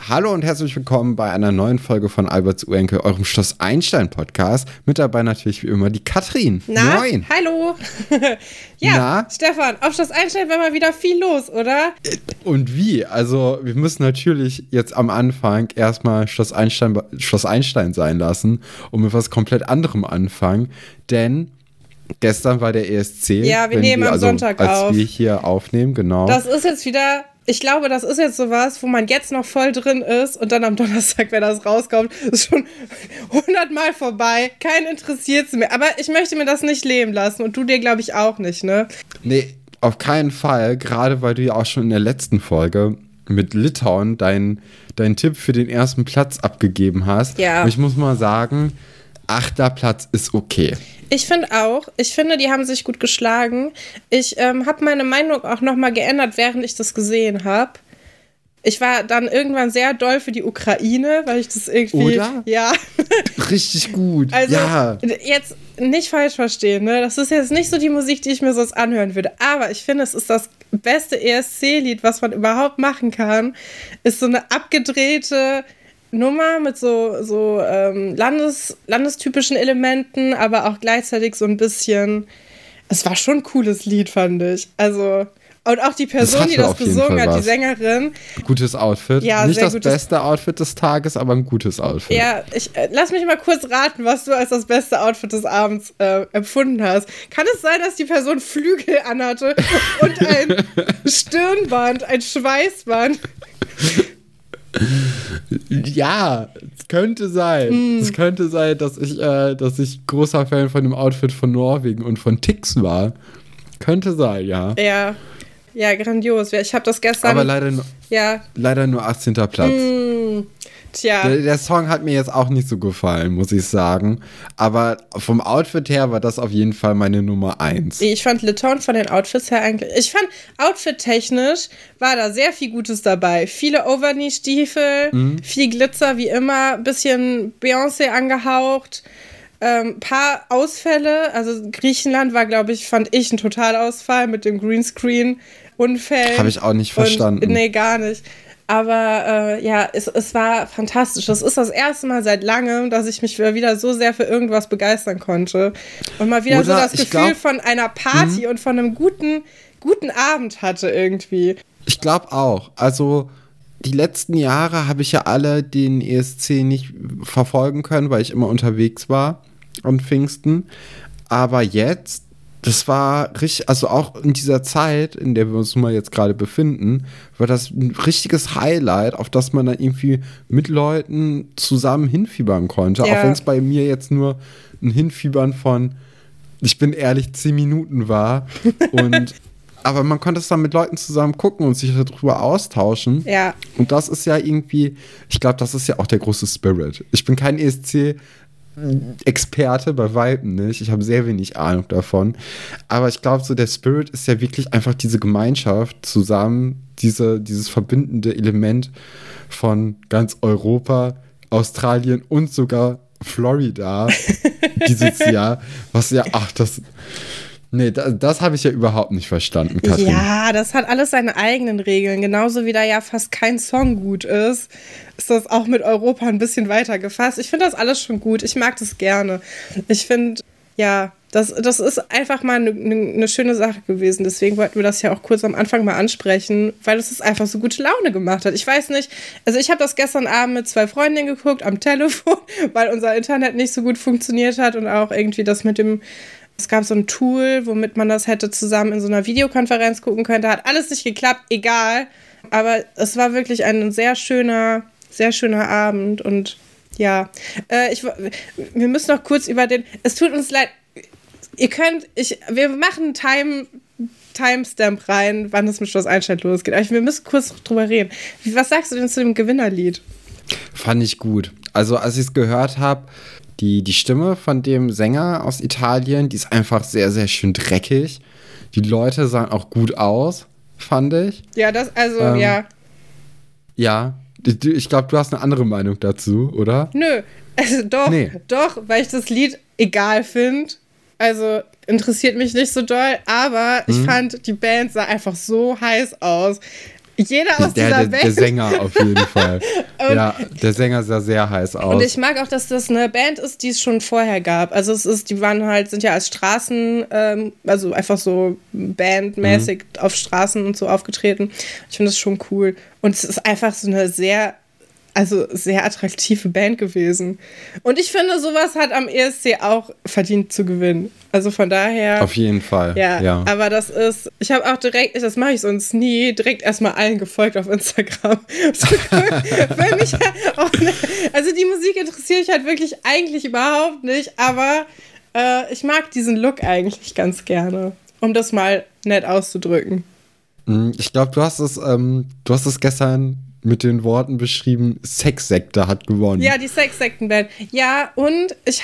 Hallo und herzlich willkommen bei einer neuen Folge von Alberts Urenkel, eurem Schloss Einstein Podcast. Mit dabei natürlich wie immer die Katrin. Na, Moin. hallo. Ja, Stefan, auf Schloss Einstein war mal wieder viel los, oder? Und wie? Also wir müssen natürlich jetzt am Anfang erstmal Schloss Einstein sein lassen und mit was komplett anderem anfangen, denn gestern war der ESC. Ja, wir nehmen am Sonntag auf. Als wir hier aufnehmen, genau. Das ist jetzt wieder... Ich glaube, das ist jetzt sowas, wo man jetzt noch voll drin ist und dann am Donnerstag, wenn das rauskommt, ist schon 100-mal vorbei. Keinen interessiert es mehr. Aber ich möchte mir das nicht leben lassen und du dir, glaube ich, auch nicht, ne? Nee, auf keinen Fall. Gerade weil du ja auch schon in der letzten Folge mit Litauen deinen Tipp für den ersten Platz abgegeben hast. Ja. Und ich muss mal sagen, 8. Platz ist okay. Ich finde auch. Ich finde, die haben sich gut geschlagen. Ich habe meine Meinung auch nochmal geändert, während ich das gesehen habe. Ich war dann irgendwann sehr doll für die Ukraine, weil ich das irgendwie... Oder? Ja. Richtig gut. Also, ja. Jetzt nicht falsch verstehen, ne? Das ist jetzt nicht so die Musik, die ich mir sonst anhören würde. Aber ich finde, es ist das beste ESC-Lied, was man überhaupt machen kann. Ist so eine abgedrehte Nummer mit so landestypischen Elementen, aber auch gleichzeitig so ein bisschen... Es war schon ein cooles Lied, fand ich. Also... Und auch die Person, die das gesungen hat, die Sängerin. Gutes Outfit. Ja, nicht das beste Outfit des Tages, aber ein gutes Outfit. Ja, lass mich mal kurz raten, was du als das beste Outfit des Abends empfunden hast. Kann es sein, dass die Person Flügel anhatte und ein Stirnband, ein Schweißband? Ja, es könnte sein. Es könnte sein, dass ich großer Fan von dem Outfit von Norwegen und von Tix war. Könnte sein, ja. Ja, grandios. Ich habe das gestern... Aber leider nur 18. Platz. Tja. Der Song hat mir jetzt auch nicht so gefallen, muss ich sagen. Aber vom Outfit her war das auf jeden Fall meine Nummer 1. Ich fand Litauen von den Outfits her eigentlich... Ich fand, outfit-technisch war da sehr viel Gutes dabei. Viele Overknee-Stiefel, viel Glitzer wie immer, bisschen Beyoncé angehaucht. Paar Ausfälle, also Griechenland war, glaube ich, fand ich ein Totalausfall mit dem Greenscreen-Unfällen. Habe ich auch nicht verstanden. Nee, gar nicht. Aber es war fantastisch. Das ist das erste Mal seit langem, dass ich mich wieder so sehr für irgendwas begeistern konnte. Und mal wieder so das Gefühl von einer Party und von einem guten Abend hatte irgendwie. Ich glaube auch. Also die letzten Jahre habe ich ja alle den ESC nicht verfolgen können, weil ich immer unterwegs war an Pfingsten. Aber jetzt, das war richtig, also auch in dieser Zeit, in der wir uns mal jetzt gerade befinden, war das ein richtiges Highlight, auf das man dann irgendwie mit Leuten zusammen hinfiebern konnte. Ja. Auch wenn es bei mir jetzt nur ein Hinfiebern von, ich bin ehrlich, 10 Minuten war. Aber man konnte es dann mit Leuten zusammen gucken und sich darüber austauschen. Ja. Und das ist ja irgendwie, ich glaube, das ist ja auch der große Spirit. Ich bin kein ESC-Experte, bei Weitem nicht. Ich habe sehr wenig Ahnung davon. Aber ich glaube, so der Spirit ist ja wirklich einfach diese Gemeinschaft zusammen, dieses verbindende Element von ganz Europa, Australien und sogar Florida dieses Jahr. Was ja, Nee, das habe ich ja überhaupt nicht verstanden, Katrin. Ja, das hat alles seine eigenen Regeln. Genauso wie da ja fast kein Song gut ist das auch mit Europa ein bisschen weiter gefasst. Ich finde das alles schon gut. Ich mag das gerne. Ich finde, ja, das ist einfach mal eine schöne Sache gewesen. Deswegen wollten wir das ja auch kurz am Anfang mal ansprechen, weil es einfach so gute Laune gemacht hat. Ich weiß nicht, also ich habe das gestern Abend mit 2 Freundinnen geguckt am Telefon, weil unser Internet nicht so gut funktioniert hat und auch irgendwie das mit dem... Es gab so ein Tool, womit man das hätte zusammen in so einer Videokonferenz gucken können. Da hat alles nicht geklappt, egal. Aber es war wirklich ein sehr schöner Abend. Und ja, wir müssen noch kurz über es tut uns leid, wir machen Timestamp rein, wann es mit Schloss Einstein losgeht. Aber wir müssen kurz drüber reden. Was sagst du denn zu dem Gewinnerlied? Fand ich gut. Also als ich es gehört habe, die Stimme von dem Sänger aus Italien, die ist einfach sehr, sehr schön dreckig. Die Leute sahen auch gut aus, fand ich. Ja, ja. Ja, ich glaube, du hast eine andere Meinung dazu, oder? Nö, also doch, weil ich das Lied egal finde. Also interessiert mich nicht so doll, aber ich fand, die Band sah einfach so heiß aus. Jeder aus dieser Band. Der Sänger auf jeden Fall. Ja, der Sänger sah sehr heiß aus. Und ich mag auch, dass das eine Band ist, die es schon vorher gab. Also die sind ja als Straßen, also einfach so bandmäßig auf Straßen und so aufgetreten. Ich finde das schon cool. Und es ist einfach so eine sehr attraktive Band gewesen. Und ich finde, sowas hat am ESC auch verdient zu gewinnen. Also von daher. Auf jeden Fall. Ja. Aber ich habe auch direkt, das mache ich sonst nie, direkt erstmal allen gefolgt auf Instagram. Weil mich auch, also die Musik interessiert mich halt wirklich eigentlich überhaupt nicht, aber ich mag diesen Look eigentlich ganz gerne, um das mal nett auszudrücken. Ich glaube, du hast es gestern mit den Worten beschrieben, Sexsekte hat gewonnen. Ja, die Sexsektenband. Ja, und ich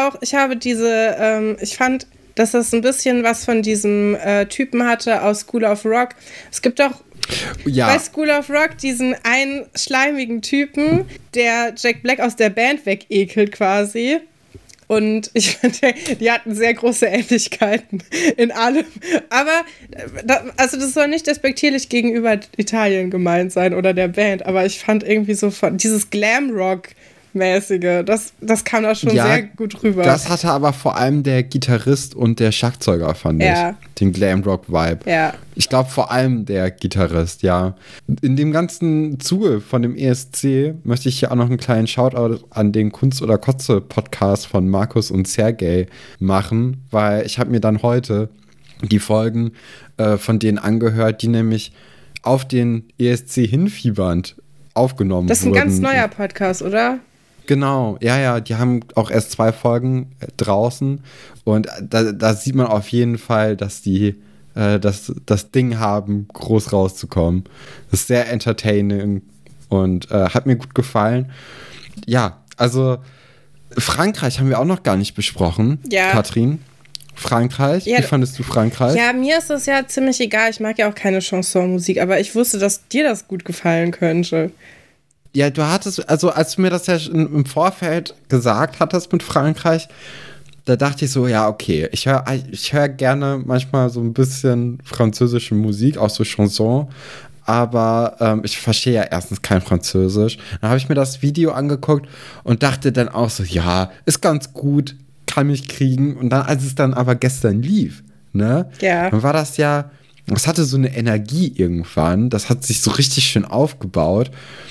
fand, dass das ein bisschen was von diesem Typen hatte aus School of Rock. Es gibt doch bei School of Rock diesen einen schleimigen Typen, der Jack Black aus der Band wegekelt quasi. Und ich finde, die hatten sehr große Ähnlichkeiten in allem. Aber, das soll nicht despektierlich gegenüber Italien gemeint sein oder der Band, aber ich fand irgendwie so dieses Glamrock-mäßige, das kam da schon sehr gut rüber. Das hatte aber vor allem der Gitarrist und der Schlagzeuger, fand ich. Den Glamrock-Vibe. Ja. Ich glaube vor allem der Gitarrist, ja. In dem ganzen Zuge von dem ESC möchte ich hier auch noch einen kleinen Shoutout an den Kunst oder Kotze Podcast von Markus und Sergej machen, weil ich habe mir dann heute die Folgen von denen angehört, die nämlich auf den ESC hinfiebernd aufgenommen wurden. Das ist ein ganz neuer Podcast, oder? Genau, ja, die haben auch erst 2 Folgen draußen und da sieht man auf jeden Fall, dass die das Ding haben, groß rauszukommen. Das ist sehr entertaining und hat mir gut gefallen. Ja, also Frankreich haben wir auch noch gar nicht besprochen, Katrin. Frankreich, wie fandest du Frankreich? Ja, mir ist das ja ziemlich egal, ich mag ja auch keine Chansonmusik, aber ich wusste, dass dir das gut gefallen könnte. Ja, du hattest, also als du mir das ja im Vorfeld gesagt hattest mit Frankreich, da dachte ich so, ja, okay, ich hör gerne manchmal so ein bisschen französische Musik, auch so Chanson, aber ich verstehe ja erstens kein Französisch. Dann habe ich mir das Video angeguckt und dachte dann auch so, ja, ist ganz gut, kann mich kriegen. Und dann, als es dann aber gestern lief, ne, dann war das ja, das hatte so eine Energie irgendwann, das hat sich so richtig schön aufgebaut.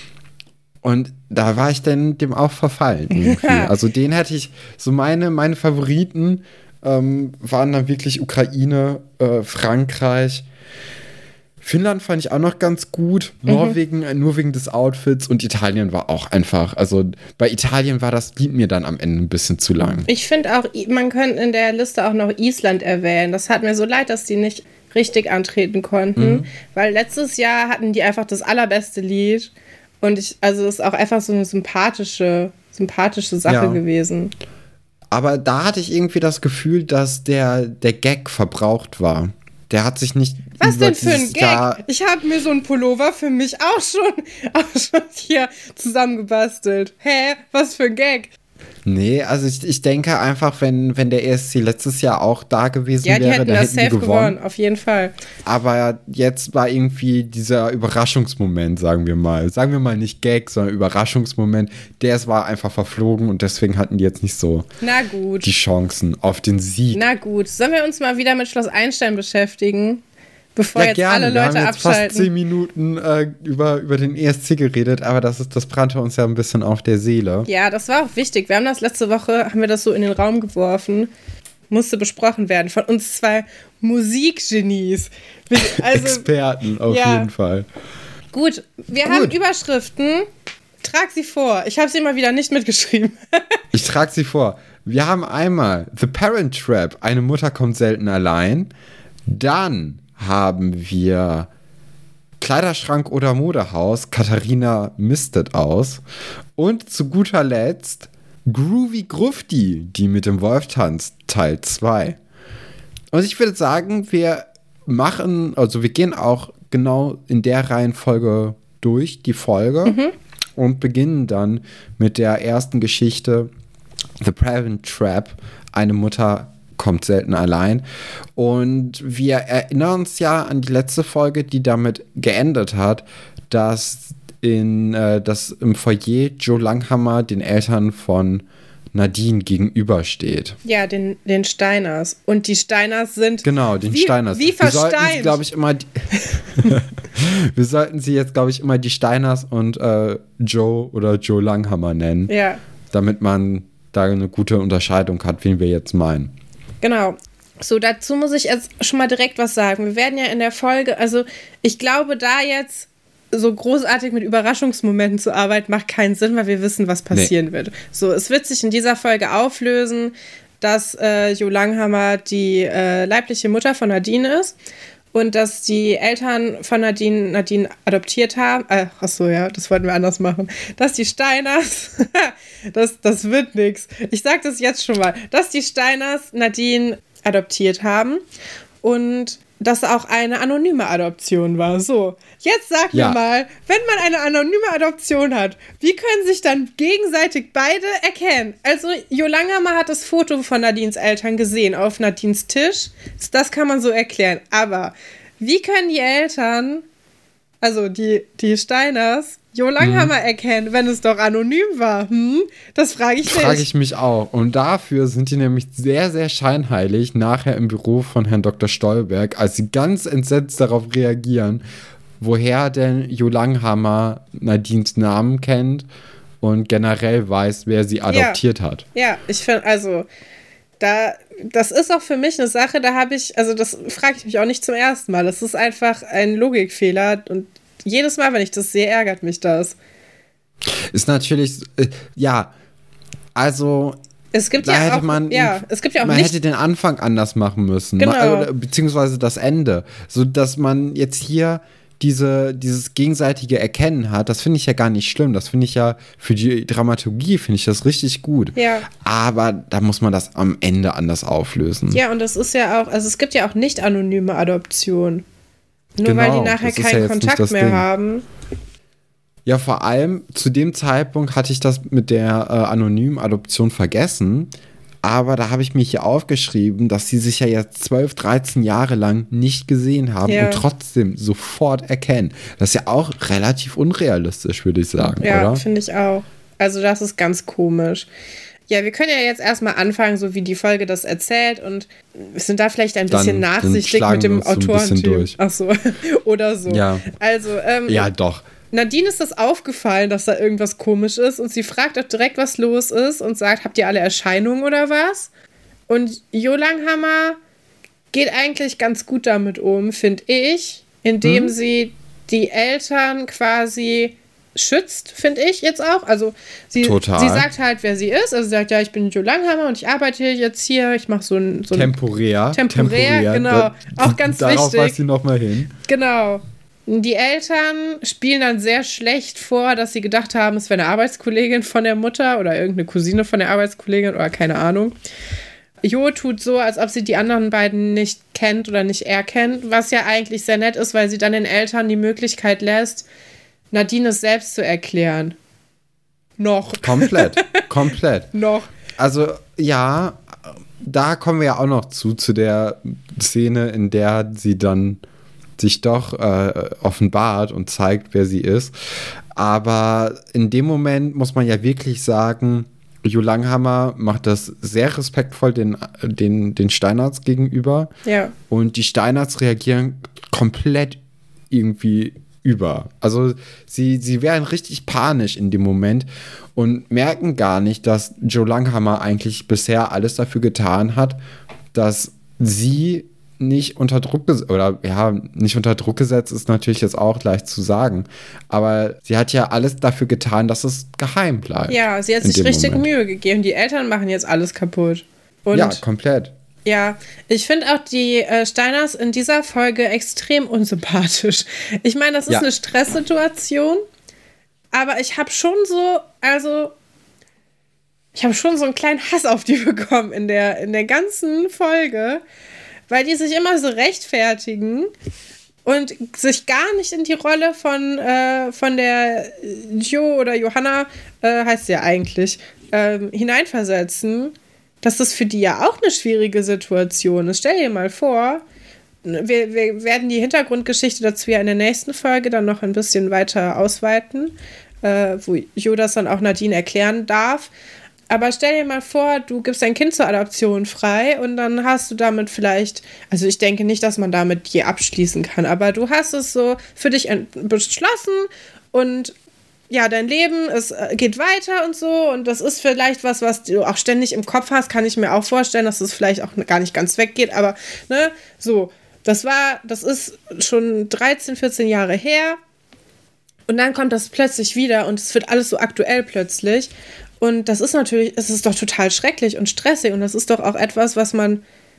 Und da war ich dann dem auch verfallen irgendwie. Also den hätte ich, so meine Favoriten waren dann wirklich Ukraine, Frankreich. Finnland fand ich auch noch ganz gut. Norwegen nur wegen des Outfits und Italien war auch einfach, also bei Italien war das Lied mir dann am Ende ein bisschen zu lang. Ich finde auch, man könnte in der Liste auch noch Island erwähnen. Das hat mir so leid, dass die nicht richtig antreten konnten, weil letztes Jahr hatten die einfach das allerbeste Lied. Und es ist auch einfach so eine sympathische Sache gewesen. Aber da hatte ich irgendwie das Gefühl, dass der Gag verbraucht war. Der hat sich nicht. Was denn für ein Gag? Ich habe mir so einen Pullover für mich auch schon hier zusammengebastelt. Hä? Was für ein Gag? Nee, also ich denke einfach, wenn der ESC letztes Jahr auch da gewesen wäre, dann hätten das safe gewonnen, auf jeden Fall. Aber jetzt war irgendwie dieser Überraschungsmoment, sagen wir mal nicht Gag, sondern Überraschungsmoment, der war einfach verflogen und deswegen hatten die jetzt nicht so die Chancen auf den Sieg. Na gut, sollen wir uns mal wieder mit Schloss Einstein beschäftigen? Bevor jetzt gerne. Alle Leute abschalten. Wir haben jetzt fast 10 Minuten über den ESC geredet, aber das brannte uns ja ein bisschen auf der Seele. Ja, das war auch wichtig. Wir haben das letzte Woche, so in den Raum geworfen. Musste besprochen werden von uns 2 Musikgenies. Also, Experten, auf jeden Fall. Gut, wir haben Überschriften. Trag sie vor. Ich habe sie mal wieder nicht mitgeschrieben. Ich trage sie vor. Wir haben einmal The Parent Trap, eine Mutter kommt selten allein. Dann haben wir Kleiderschrank oder Modehaus, Katharina mistet aus. Und zu guter Letzt Groovy Grufti, die mit dem Wolf tanzt, Teil 2. Und ich würde sagen, wir gehen auch genau in der Reihenfolge durch, die Folge, und beginnen dann mit der ersten Geschichte, The Parent Trap, eine Mutter kommt selten allein. Und wir erinnern uns ja an die letzte Folge, die damit geendet hat, dass im Foyer Joe Langhammer den Eltern von Nadine gegenübersteht. Ja, den Steiners. Und die Steiners sind genau, den Steiners. Wie versteint. Wir sollten sie jetzt, glaube ich, immer die Steiners und Joe oder Joe Langhammer nennen. Ja. Damit man da eine gute Unterscheidung hat, wen wir jetzt meinen. Genau. So, dazu muss ich jetzt schon mal direkt was sagen. Wir werden ja in der Folge, also ich glaube, da jetzt so großartig mit Überraschungsmomenten zu arbeiten, macht keinen Sinn, weil wir wissen, was passieren wird. So, es wird sich in dieser Folge auflösen, dass Jo Langhammer die leibliche Mutter von Nadine ist und dass die Eltern von Nadine adoptiert haben. Achso, ja, das wollten wir anders machen. Dass die Steiners, das wird nix. Ich sag das jetzt schon mal. Dass die Steiners Nadine adoptiert haben und dass auch eine anonyme Adoption war. So, jetzt sag mir mal, wenn man eine anonyme Adoption hat, wie können sich dann gegenseitig beide erkennen? Also, Jo Langhammer hat das Foto von Nadines Eltern gesehen auf Nadines Tisch. Das kann man so erklären. Aber wie können die Eltern, also die Steiners, Jo Langhammer erkennen, wenn es doch anonym war? Das frage ich mich. Frage ich mich auch. Und dafür sind die nämlich sehr, sehr scheinheilig nachher im Büro von Herrn Dr. Stolberg, als sie ganz entsetzt darauf reagieren, woher denn Jo Langhammer Nadines Namen kennt und generell weiß, wer sie adoptiert hat. Ja, ich finde, also, das ist auch für mich eine Sache, das frage ich mich auch nicht zum ersten Mal. Das ist einfach ein Logikfehler und jedes Mal, wenn ich das sehe, ärgert mich das. Ist natürlich, also es gibt man hätte den Anfang anders machen müssen, genau. Beziehungsweise das Ende, so dass man jetzt hier dieses gegenseitige Erkennen hat. Das finde ich ja gar nicht schlimm. Das finde ich ja für die Dramaturgie finde ich das richtig gut. Ja. Aber da muss man das am Ende anders auflösen. Ja, und das ist ja auch, also es gibt ja auch nicht anonyme Adoption. Nur weil die nachher keinen Kontakt mehr haben. Ja, vor allem zu dem Zeitpunkt hatte ich das mit der anonymen Adoption vergessen. Aber da habe ich mir hier aufgeschrieben, dass sie sich ja jetzt 12, 13 Jahre lang nicht gesehen haben und trotzdem sofort erkennen. Das ist ja auch relativ unrealistisch, würde ich sagen, oder? Ja, finde ich auch. Also das ist ganz komisch. Ja, wir können ja jetzt erstmal anfangen, so wie die Folge das erzählt und sind da vielleicht ein bisschen nachsichtig mit dem Autorenteam. Ach so, oder so. Ja. Also, ja, doch. Nadine ist das aufgefallen, dass da irgendwas komisch ist und sie fragt auch direkt, was los ist und sagt, habt ihr alle Erscheinungen oder was? Und Jo Langhammer geht eigentlich ganz gut damit um, finde ich, indem sie die Eltern quasi schützt, finde ich jetzt auch. Also sie sagt halt, wer sie ist. Also sie sagt, ja, ich bin Jo Langhammer und ich arbeite jetzt hier. Ich mache so ein Temporär, genau. Auch ganz wichtig. Darauf weist sie nochmal hin. Genau. Die Eltern spielen dann sehr schlecht vor, dass sie gedacht haben, es wäre eine Arbeitskollegin von der Mutter oder irgendeine Cousine von der Arbeitskollegin oder keine Ahnung. Jo tut so, als ob sie die anderen beiden nicht kennt oder nicht erkennt, was ja eigentlich sehr nett ist, weil sie dann den Eltern die Möglichkeit lässt, Nadine es selbst zu erklären. Noch. Komplett. Noch. Also, ja, da kommen wir ja auch noch zu der Szene, in der sie dann sich doch offenbart und zeigt, wer sie ist. Aber in dem Moment muss man ja wirklich sagen, Jo Langhammer macht das sehr respektvoll den Steinarts gegenüber. Ja. Und die Steinarts reagieren komplett irgendwie über. Also sie werden richtig panisch in dem Moment und merken gar nicht, dass Jo Langhammer eigentlich bisher alles dafür getan hat, dass sie nicht unter Druck nicht unter Druck gesetzt ist natürlich jetzt auch leicht zu sagen, aber sie hat ja alles dafür getan, dass es geheim bleibt. Ja, sie hat sich richtig Mühe gegeben. Die Eltern machen jetzt alles kaputt. Und ja, komplett. Ja, ich finde auch die Steiners in dieser Folge extrem unsympathisch. Ich meine, das ist eine Stresssituation, aber ich habe schon so einen kleinen Hass auf die bekommen in der ganzen Folge, weil die sich immer so rechtfertigen und sich gar nicht in die Rolle von der Jo oder Johanna, heißt sie ja eigentlich, hineinversetzen, dass das für die ja auch eine schwierige Situation ist. Stell dir mal vor, wir werden die Hintergrundgeschichte dazu ja in der nächsten Folge dann noch ein bisschen weiter ausweiten, wo Jo das dann auch Nadine erklären darf. Aber stell dir mal vor, du gibst dein Kind zur Adoption frei und dann hast du damit vielleicht, also ich denke nicht, dass man damit je abschließen kann, aber du hast es so für dich beschlossen und ja, dein Leben, es geht weiter und so und das ist vielleicht was du auch ständig im Kopf hast, kann ich mir auch vorstellen, dass das vielleicht auch gar nicht ganz weggeht, aber ne, so, das ist schon 13, 14 Jahre her und dann kommt das plötzlich wieder und es wird alles so aktuell plötzlich. Und das ist natürlich, es ist doch total schrecklich und stressig und das ist doch auch etwas, was man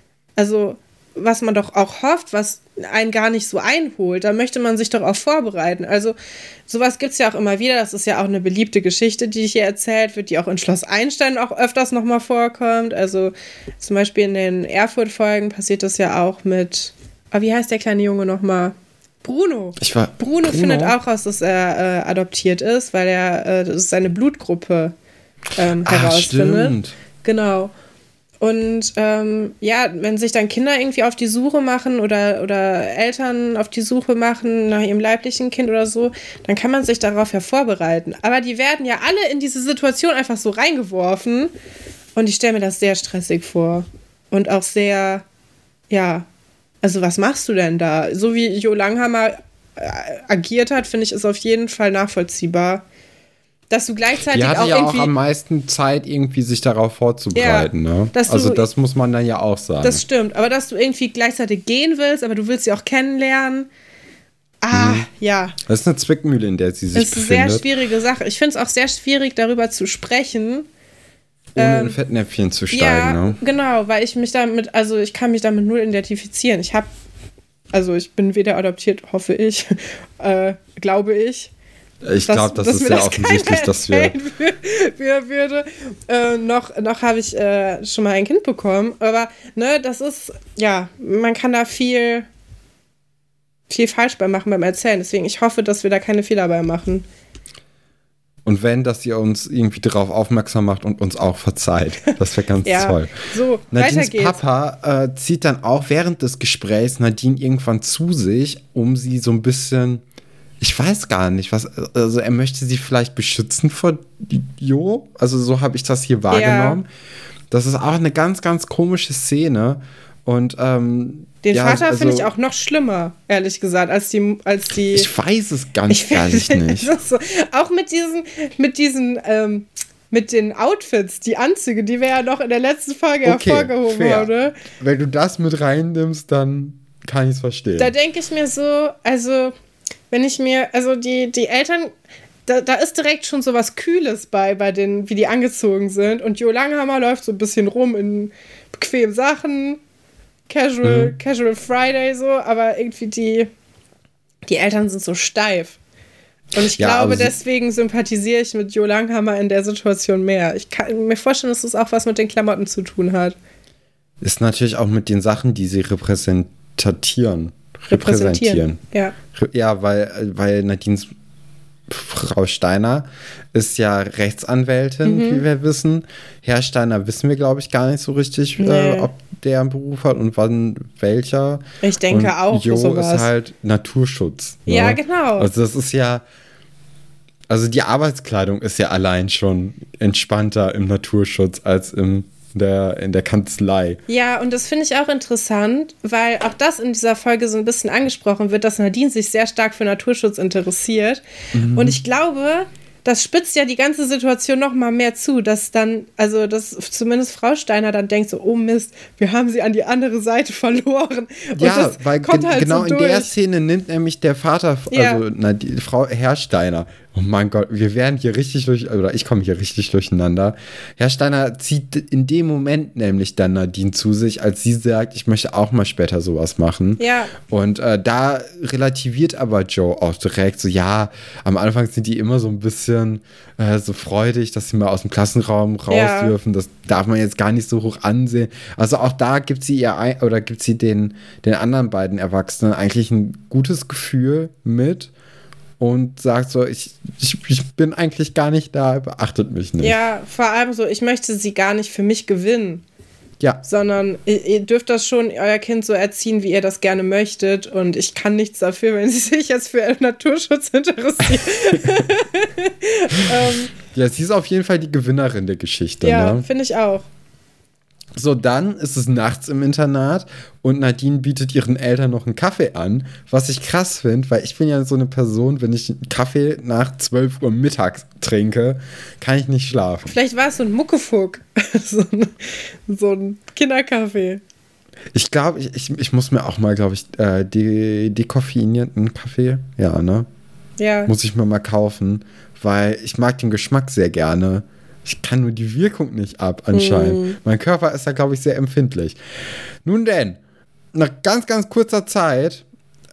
doch auch hofft, was einen gar nicht so einholt. Da möchte man sich doch auch vorbereiten. Also sowas gibt es ja auch immer wieder. Das ist ja auch eine beliebte Geschichte, die hier erzählt wird, die auch in Schloss Einstein auch öfters nochmal vorkommt. Also zum Beispiel in den Erfurt-Folgen passiert das ja auch mit, wie heißt der kleine Junge nochmal? Bruno. Bruno findet auch raus, dass er adoptiert ist, weil das ist seine Blutgruppe herausfindet. Stimmt. Genau. Und wenn sich dann Kinder irgendwie auf die Suche machen oder Eltern auf die Suche machen nach ihrem leiblichen Kind oder so, dann kann man sich darauf ja vorbereiten. Aber die werden ja alle in diese Situation einfach so reingeworfen und ich stelle mir das sehr stressig vor. Und auch sehr, also was machst du denn da? So wie Jo Langhammer agiert hat, finde ich, ist auf jeden Fall nachvollziehbar. Dass du gleichzeitig die hatte auch ja auch am meisten Zeit, irgendwie sich darauf vorzubereiten. Ne? Also das muss man dann ja auch sagen. Das stimmt, aber dass du irgendwie gleichzeitig gehen willst, aber du willst sie auch kennenlernen. Ja. Das ist eine Zwickmühle, in der sie sich befindet. Das ist eine sehr schwierige Sache. Ich finde es auch sehr schwierig, darüber zu sprechen. Ohne in Fettnäpfchen zu steigen, ne? Genau, weil ich kann mich damit null identifizieren. Ich bin weder adoptiert, hoffe ich, glaube ich. Ich glaube, das ist sehr offensichtlich, dass wir würde. Noch habe ich schon mal ein Kind bekommen. Aber ne, das ist, man kann da viel falsch bei machen beim Erzählen. Deswegen, ich hoffe, dass wir da keine Fehler bei machen. Und wenn, dass ihr uns irgendwie darauf aufmerksam macht und uns auch verzeiht. Das wäre ganz toll. So, Nadines Papa zieht dann auch während des Gesprächs Nadine irgendwann zu sich, um sie so ein bisschen... Ich weiß gar nicht, also er möchte sie vielleicht beschützen vor Jo. Also so habe ich das hier wahrgenommen. Ja. Das ist auch eine ganz, ganz komische Szene. Und den Vater finde ich auch noch schlimmer, ehrlich gesagt, als die. Ich weiß es ganz ehrlich nicht. So. Auch mit den Outfits, die Anzüge, die wir ja noch in der letzten Folge hervorgehoben haben. Ne? Wenn du das mit reinnimmst, dann kann ich es verstehen. Da denke ich mir so, also wenn ich mir, also die Eltern, da ist direkt schon so was Kühles bei denen, wie die angezogen sind. Und Jo Langhammer läuft so ein bisschen rum in bequemen Sachen, Casual Friday so, aber irgendwie die Eltern sind so steif. Und ich glaube, deswegen sympathisiere ich mit Jo Langhammer in der Situation mehr. Ich kann mir vorstellen, dass das auch was mit den Klamotten zu tun hat. Ist natürlich auch mit den Sachen, die sie repräsentieren. Ja. Ja, weil Nadines Frau Steiner ist ja Rechtsanwältin, wie wir wissen. Herr Steiner wissen wir, glaube ich, gar nicht so richtig, ob der einen Beruf hat und wann welcher. Ich denke und auch. Jo ist halt Naturschutz. Ne? Ja, genau. Also das ist ja, also die Arbeitskleidung ist ja allein schon entspannter im Naturschutz als in der Kanzlei. Ja, und das finde ich auch interessant, weil auch das in dieser Folge so ein bisschen angesprochen wird, dass Nadine sich sehr stark für Naturschutz interessiert. Und ich glaube, das spitzt ja die ganze Situation noch mal mehr zu, dass dann, also dass zumindest Frau Steiner dann denkt so, oh Mist, wir haben sie an die andere Seite verloren. Und ja, das weil kommt halt genau so in durch. der Szene nimmt nämlich der Vater, also die Frau Herr Steiner, oh mein Gott, wir werden hier richtig ich komme hier richtig durcheinander. Herr Steiner zieht in dem Moment nämlich dann Nadine zu sich, als sie sagt, ich möchte auch mal später sowas machen. Ja. Und da relativiert aber Joe auch direkt so, ja, am Anfang sind die immer so ein bisschen so freudig, dass sie mal aus dem Klassenraum raus dürfen. Das darf man jetzt gar nicht so hoch ansehen. Also auch da gibt sie den anderen beiden Erwachsenen eigentlich ein gutes Gefühl mit. Und sagt so, ich bin eigentlich gar nicht da, beachtet mich nicht. Ja, vor allem so, ich möchte sie gar nicht für mich gewinnen. Ja. Sondern ihr dürft das schon euer Kind so erziehen, wie ihr das gerne möchtet. Und ich kann nichts dafür, wenn sie sich jetzt für Naturschutz interessiert. Ja, sie ist auf jeden Fall die Gewinnerin der Geschichte. Ja, ne? finde ich auch. So, dann ist es nachts im Internat und Nadine bietet ihren Eltern noch einen Kaffee an, was ich krass finde, weil ich bin ja so eine Person, wenn ich einen Kaffee nach 12 Uhr mittags trinke, kann ich nicht schlafen. Vielleicht war es so ein Muckefuck, so ein Kinderkaffee. Ich glaube, ich muss mir auch mal, glaube ich, dekoffeinierten Kaffee, ja, ne? Ja. Muss ich mir mal kaufen, weil ich mag den Geschmack sehr gerne. Ich kann nur die Wirkung nicht ab, anscheinend. Mein Körper ist da, glaube ich, sehr empfindlich. Nun denn, nach ganz, ganz kurzer Zeit,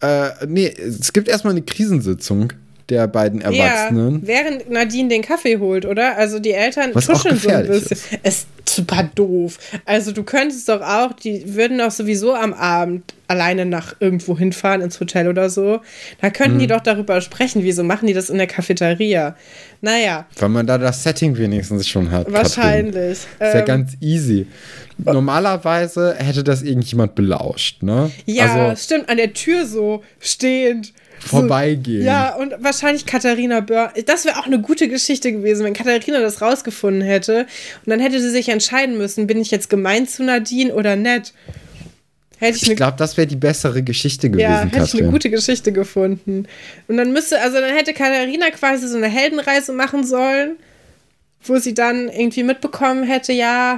es gibt erstmal eine Krisensitzung der beiden Erwachsenen. Ja, während Nadine den Kaffee holt, oder? Also die Eltern Was auch tuscheln so ein gefährlich bisschen. Ist super doof. Also du könntest doch auch, die würden doch sowieso am Abend alleine nach irgendwo hinfahren, ins Hotel oder so. Da könnten die doch darüber sprechen, wieso machen die das in der Cafeteria? Naja. Weil man da das Setting wenigstens schon hat. Wahrscheinlich. Ist ja ganz easy. Normalerweise hätte das irgendjemand belauscht, ne? Ja, also, stimmt, an der Tür so stehend. Vorbeigehen. So, ja, und wahrscheinlich Katharina Böhr. Das wäre auch eine gute Geschichte gewesen, wenn Katharina das rausgefunden hätte. Und dann hätte sie sich entscheiden müssen, bin ich jetzt gemein zu Nadine oder nett. Ich glaube, das wäre die bessere Geschichte gewesen, ja, hätte Katrin. ich eine gute Geschichte gefunden. Und dann dann hätte Katharina quasi so eine Heldenreise machen sollen, wo sie dann irgendwie mitbekommen hätte, ja,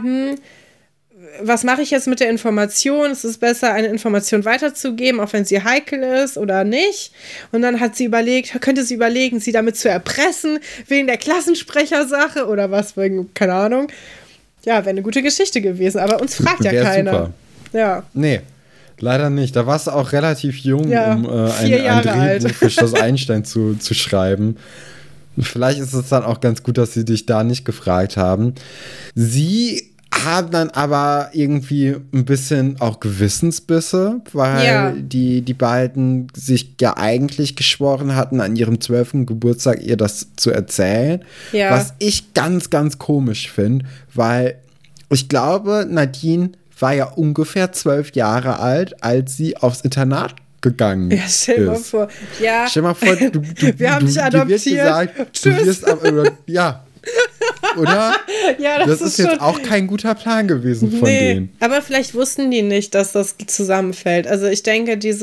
was mache ich jetzt mit der Information? Es ist besser, eine Information weiterzugeben, auch wenn sie heikel ist oder nicht. Und dann könnte sie überlegen, sie damit zu erpressen, wegen der Klassensprechersache oder was, keine Ahnung. Ja, wäre eine gute Geschichte gewesen, aber uns fragt ja keiner. Super. Ja. Nee, leider nicht. Da warst du auch relativ jung, um ein Drehbuch für Schloss Einstein zu schreiben. Vielleicht ist es dann auch ganz gut, dass sie dich da nicht gefragt haben. Sie haben dann aber irgendwie ein bisschen auch Gewissensbisse, weil die beiden sich ja eigentlich geschworen hatten, an ihrem 12. Geburtstag ihr das zu erzählen. Ja. Was ich ganz, ganz komisch finde, weil ich glaube, Nadine war ja ungefähr 12 Jahre alt, als sie aufs Internat gegangen ist. Ja, stell mal vor. Ja. Stell mal vor, wir haben dich adoptiert. Dir wird gesagt, Tschüss. Du wirst ja. Oder? Ja, das ist jetzt auch kein guter Plan gewesen von denen. Aber vielleicht wussten die nicht, dass das zusammenfällt. Also ich denke, die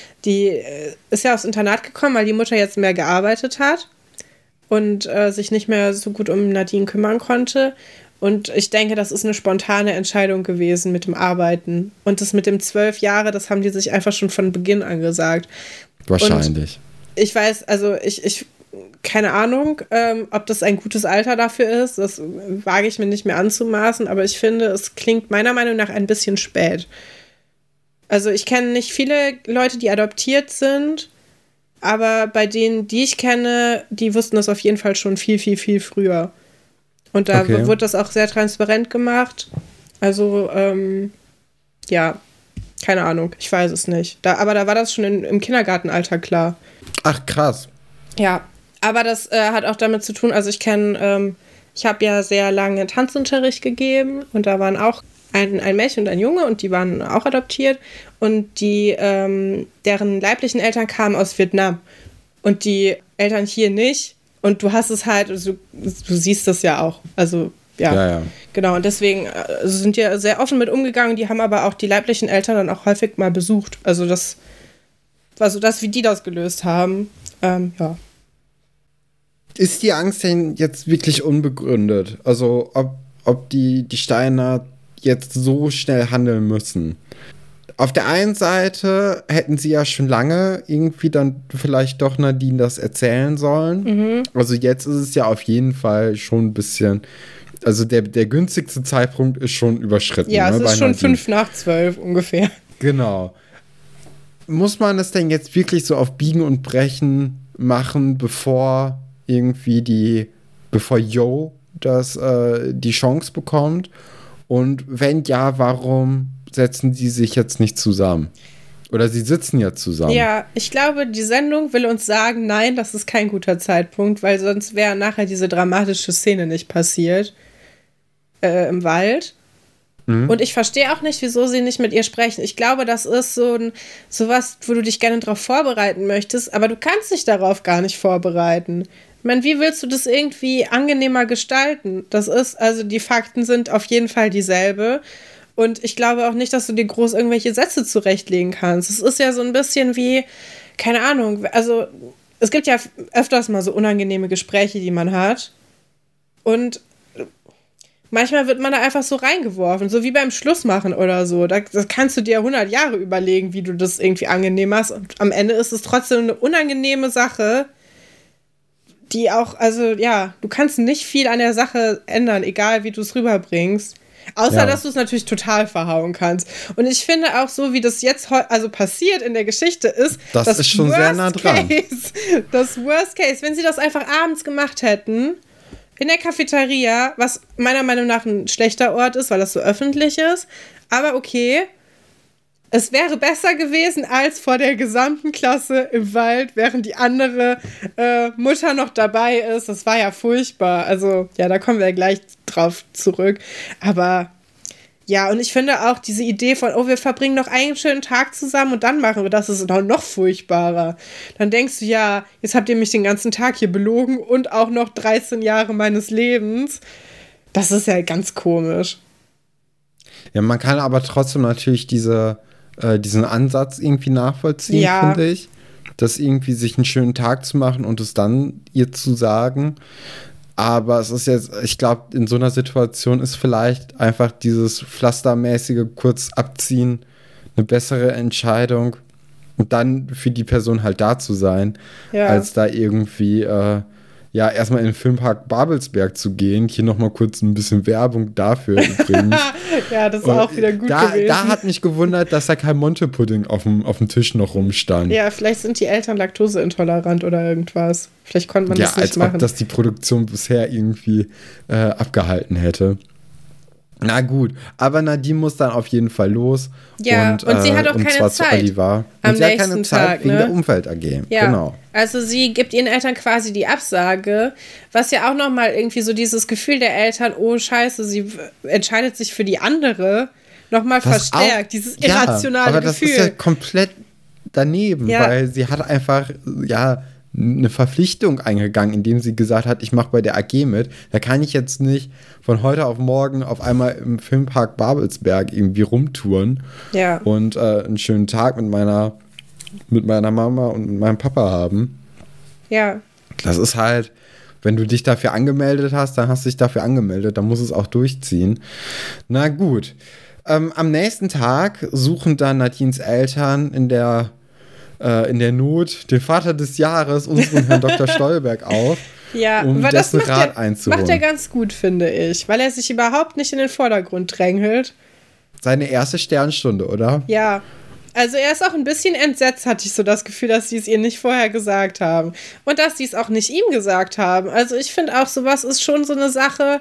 ist ja aufs Internat gekommen, weil die Mutter jetzt mehr gearbeitet hat und sich nicht mehr so gut um Nadine kümmern konnte. Und ich denke, das ist eine spontane Entscheidung gewesen mit dem Arbeiten. Und das mit dem 12 Jahre, das haben die sich einfach schon von Beginn an gesagt. Wahrscheinlich. Und ich weiß, also ich keine Ahnung, ob das ein gutes Alter dafür ist. Das wage ich mir nicht mehr anzumaßen. Aber ich finde, es klingt meiner Meinung nach ein bisschen spät. Also ich kenne nicht viele Leute, die adoptiert sind. Aber bei denen, die ich kenne, die wussten das auf jeden Fall schon viel, viel, viel früher. Und da wurde das auch sehr transparent gemacht. Also, ja, keine Ahnung, ich weiß es nicht. Aber da war das schon im Kindergartenalter klar. Ach, krass. Ja, aber das hat auch damit zu tun, also ich habe ja sehr lange Tanzunterricht gegeben und da waren auch ein Mädchen und ein Junge und die waren auch adoptiert und deren leiblichen Eltern kamen aus Vietnam und die Eltern hier nicht. Und du hast es halt, also du siehst das ja auch. Also, ja. Genau. Und deswegen sind die sehr offen mit umgegangen. Die haben aber auch die leiblichen Eltern dann auch häufig mal besucht. Also, das, wie die das gelöst haben. Ja. Ist die Angst denn jetzt wirklich unbegründet? Also, ob die Steiner jetzt so schnell handeln müssen? Auf der einen Seite hätten sie ja schon lange irgendwie dann vielleicht doch Nadine das erzählen sollen. Mhm. Also jetzt ist es ja auf jeden Fall schon ein bisschen, also der günstigste Zeitpunkt ist schon überschritten. Ja, ne, es ist schon 11:55 ungefähr. Genau. Muss man es denn jetzt wirklich so auf Biegen und Brechen machen, bevor Jo die Chance bekommt? Und wenn ja, warum setzen die sich jetzt nicht zusammen? Oder sie sitzen ja zusammen. Ja, ich glaube, die Sendung will uns sagen, nein, das ist kein guter Zeitpunkt, weil sonst wäre nachher diese dramatische Szene nicht passiert im Wald. Und ich verstehe auch nicht, wieso sie nicht mit ihr sprechen. Ich glaube, das ist sowas, wo du dich gerne drauf vorbereiten möchtest, aber du kannst dich darauf gar nicht vorbereiten. Ich meine, wie willst du das irgendwie angenehmer gestalten? Also die Fakten sind auf jeden Fall dieselbe. Und ich glaube auch nicht, dass du dir groß irgendwelche Sätze zurechtlegen kannst. Es ist ja so ein bisschen wie, keine Ahnung, also es gibt ja öfters mal so unangenehme Gespräche, die man hat. Und manchmal wird man da einfach so reingeworfen, so wie beim Schlussmachen oder so. Das kannst du dir 100 Jahre überlegen, wie du das irgendwie angenehm machst. Und am Ende ist es trotzdem eine unangenehme Sache, die auch, also ja, du kannst nicht viel an der Sache ändern, egal wie du es rüberbringst. Außer, dass du es natürlich total verhauen kannst. Und ich finde auch so, wie das jetzt also passiert in der Geschichte ist, das ist schon sehr nah dran. Das Worst Case, wenn sie das einfach abends gemacht hätten, in der Cafeteria, was meiner Meinung nach ein schlechter Ort ist, weil das so öffentlich ist. Aber okay, es wäre besser gewesen als vor der gesamten Klasse im Wald, während die andere Mutter noch dabei ist. Das war ja furchtbar. Also ja, da kommen wir ja gleich drauf zurück. Aber ja, und ich finde auch diese Idee von, wir verbringen noch einen schönen Tag zusammen und dann machen wir das, ist noch furchtbarer. Dann denkst du, ja, jetzt habt ihr mich den ganzen Tag hier belogen und auch noch 13 Jahre meines Lebens. Das ist ja ganz komisch. Ja, man kann aber trotzdem natürlich diesen Ansatz irgendwie nachvollziehen, finde ich. Das irgendwie sich einen schönen Tag zu machen und es dann ihr zu sagen. Aber es ist jetzt, ich glaube, in so einer Situation ist vielleicht einfach dieses pflastermäßige kurz abziehen eine bessere Entscheidung und dann für die Person halt da zu sein, als da irgendwie erstmal in den Filmpark Babelsberg zu gehen. Hier nochmal kurz ein bisschen Werbung dafür übrigens. Ja, das ist auch wieder gut gewesen. Da hat mich gewundert, dass da kein Monte-Pudding auf dem Tisch noch rumstand. Ja, vielleicht sind die Eltern laktoseintolerant oder irgendwas. Vielleicht konnte man das nicht machen. Ja, als ob das die Produktion bisher irgendwie abgehalten hätte. Na gut, aber Nadine muss dann auf jeden Fall los. Ja, und sie hat auch keine Zeit. Zu Oliver. Und sie hat keine Zeit wegen der Umwelt AG. Ja, genau. Also sie gibt ihren Eltern quasi die Absage, was ja auch nochmal irgendwie so dieses Gefühl der Eltern, oh scheiße, sie entscheidet sich für die andere, nochmal verstärkt. Dieses irrationale aber Gefühl. Das ist ja komplett daneben, weil sie hat einfach, eine Verpflichtung eingegangen, indem sie gesagt hat, ich mache bei der AG mit. Da kann ich jetzt nicht von heute auf morgen auf einmal im Filmpark Babelsberg irgendwie rumtouren und einen schönen Tag mit meiner Mama und mit meinem Papa haben. Ja. Das ist halt, wenn du dich dafür angemeldet hast, dann hast du dich dafür angemeldet, dann muss es auch durchziehen. Na gut. Am nächsten Tag suchen dann Nadines Eltern in der Not den Vater des Jahres, unseren Herrn Dr. Stolberg, auf, um dessen Rat einzuholen. Macht er ganz gut, finde ich, weil er sich überhaupt nicht in den Vordergrund drängelt. Seine erste Sternstunde, oder? Ja, also er ist auch ein bisschen entsetzt, hatte ich so das Gefühl, dass sie es ihr nicht vorher gesagt haben. Und dass sie es auch nicht ihm gesagt haben. Also ich finde auch, sowas ist schon so eine Sache.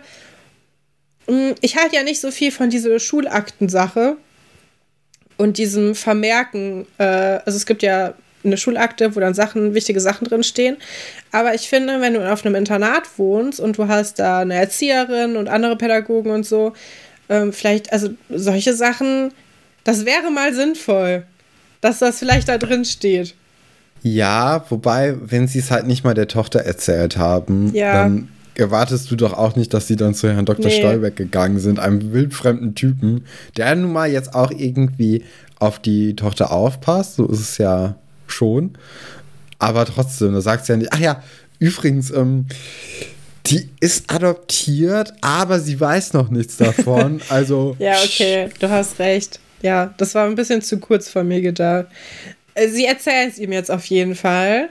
Ich halte ja nicht so viel von dieser Schulaktensache. Und diesem Vermerken, also es gibt ja eine Schulakte, wo dann wichtige Sachen drinstehen. Aber ich finde, wenn du auf einem Internat wohnst und du hast da eine Erzieherin und andere Pädagogen und so, vielleicht, also solche Sachen, das wäre mal sinnvoll, dass das vielleicht da drin steht. Ja, wobei, wenn sie es halt nicht mal der Tochter erzählt haben, dann erwartest du doch auch nicht, dass sie dann zu Herrn Dr. Stolberg gegangen sind, einem wildfremden Typen, der nun mal jetzt auch irgendwie auf die Tochter aufpasst, so ist es ja schon, aber trotzdem, da sagt sie ja nicht, ach ja, übrigens, die ist adoptiert, aber sie weiß noch nichts davon, also... Ja, okay, du hast recht. Ja, das war ein bisschen zu kurz von mir gedacht. Sie erzählt es ihm jetzt auf jeden Fall.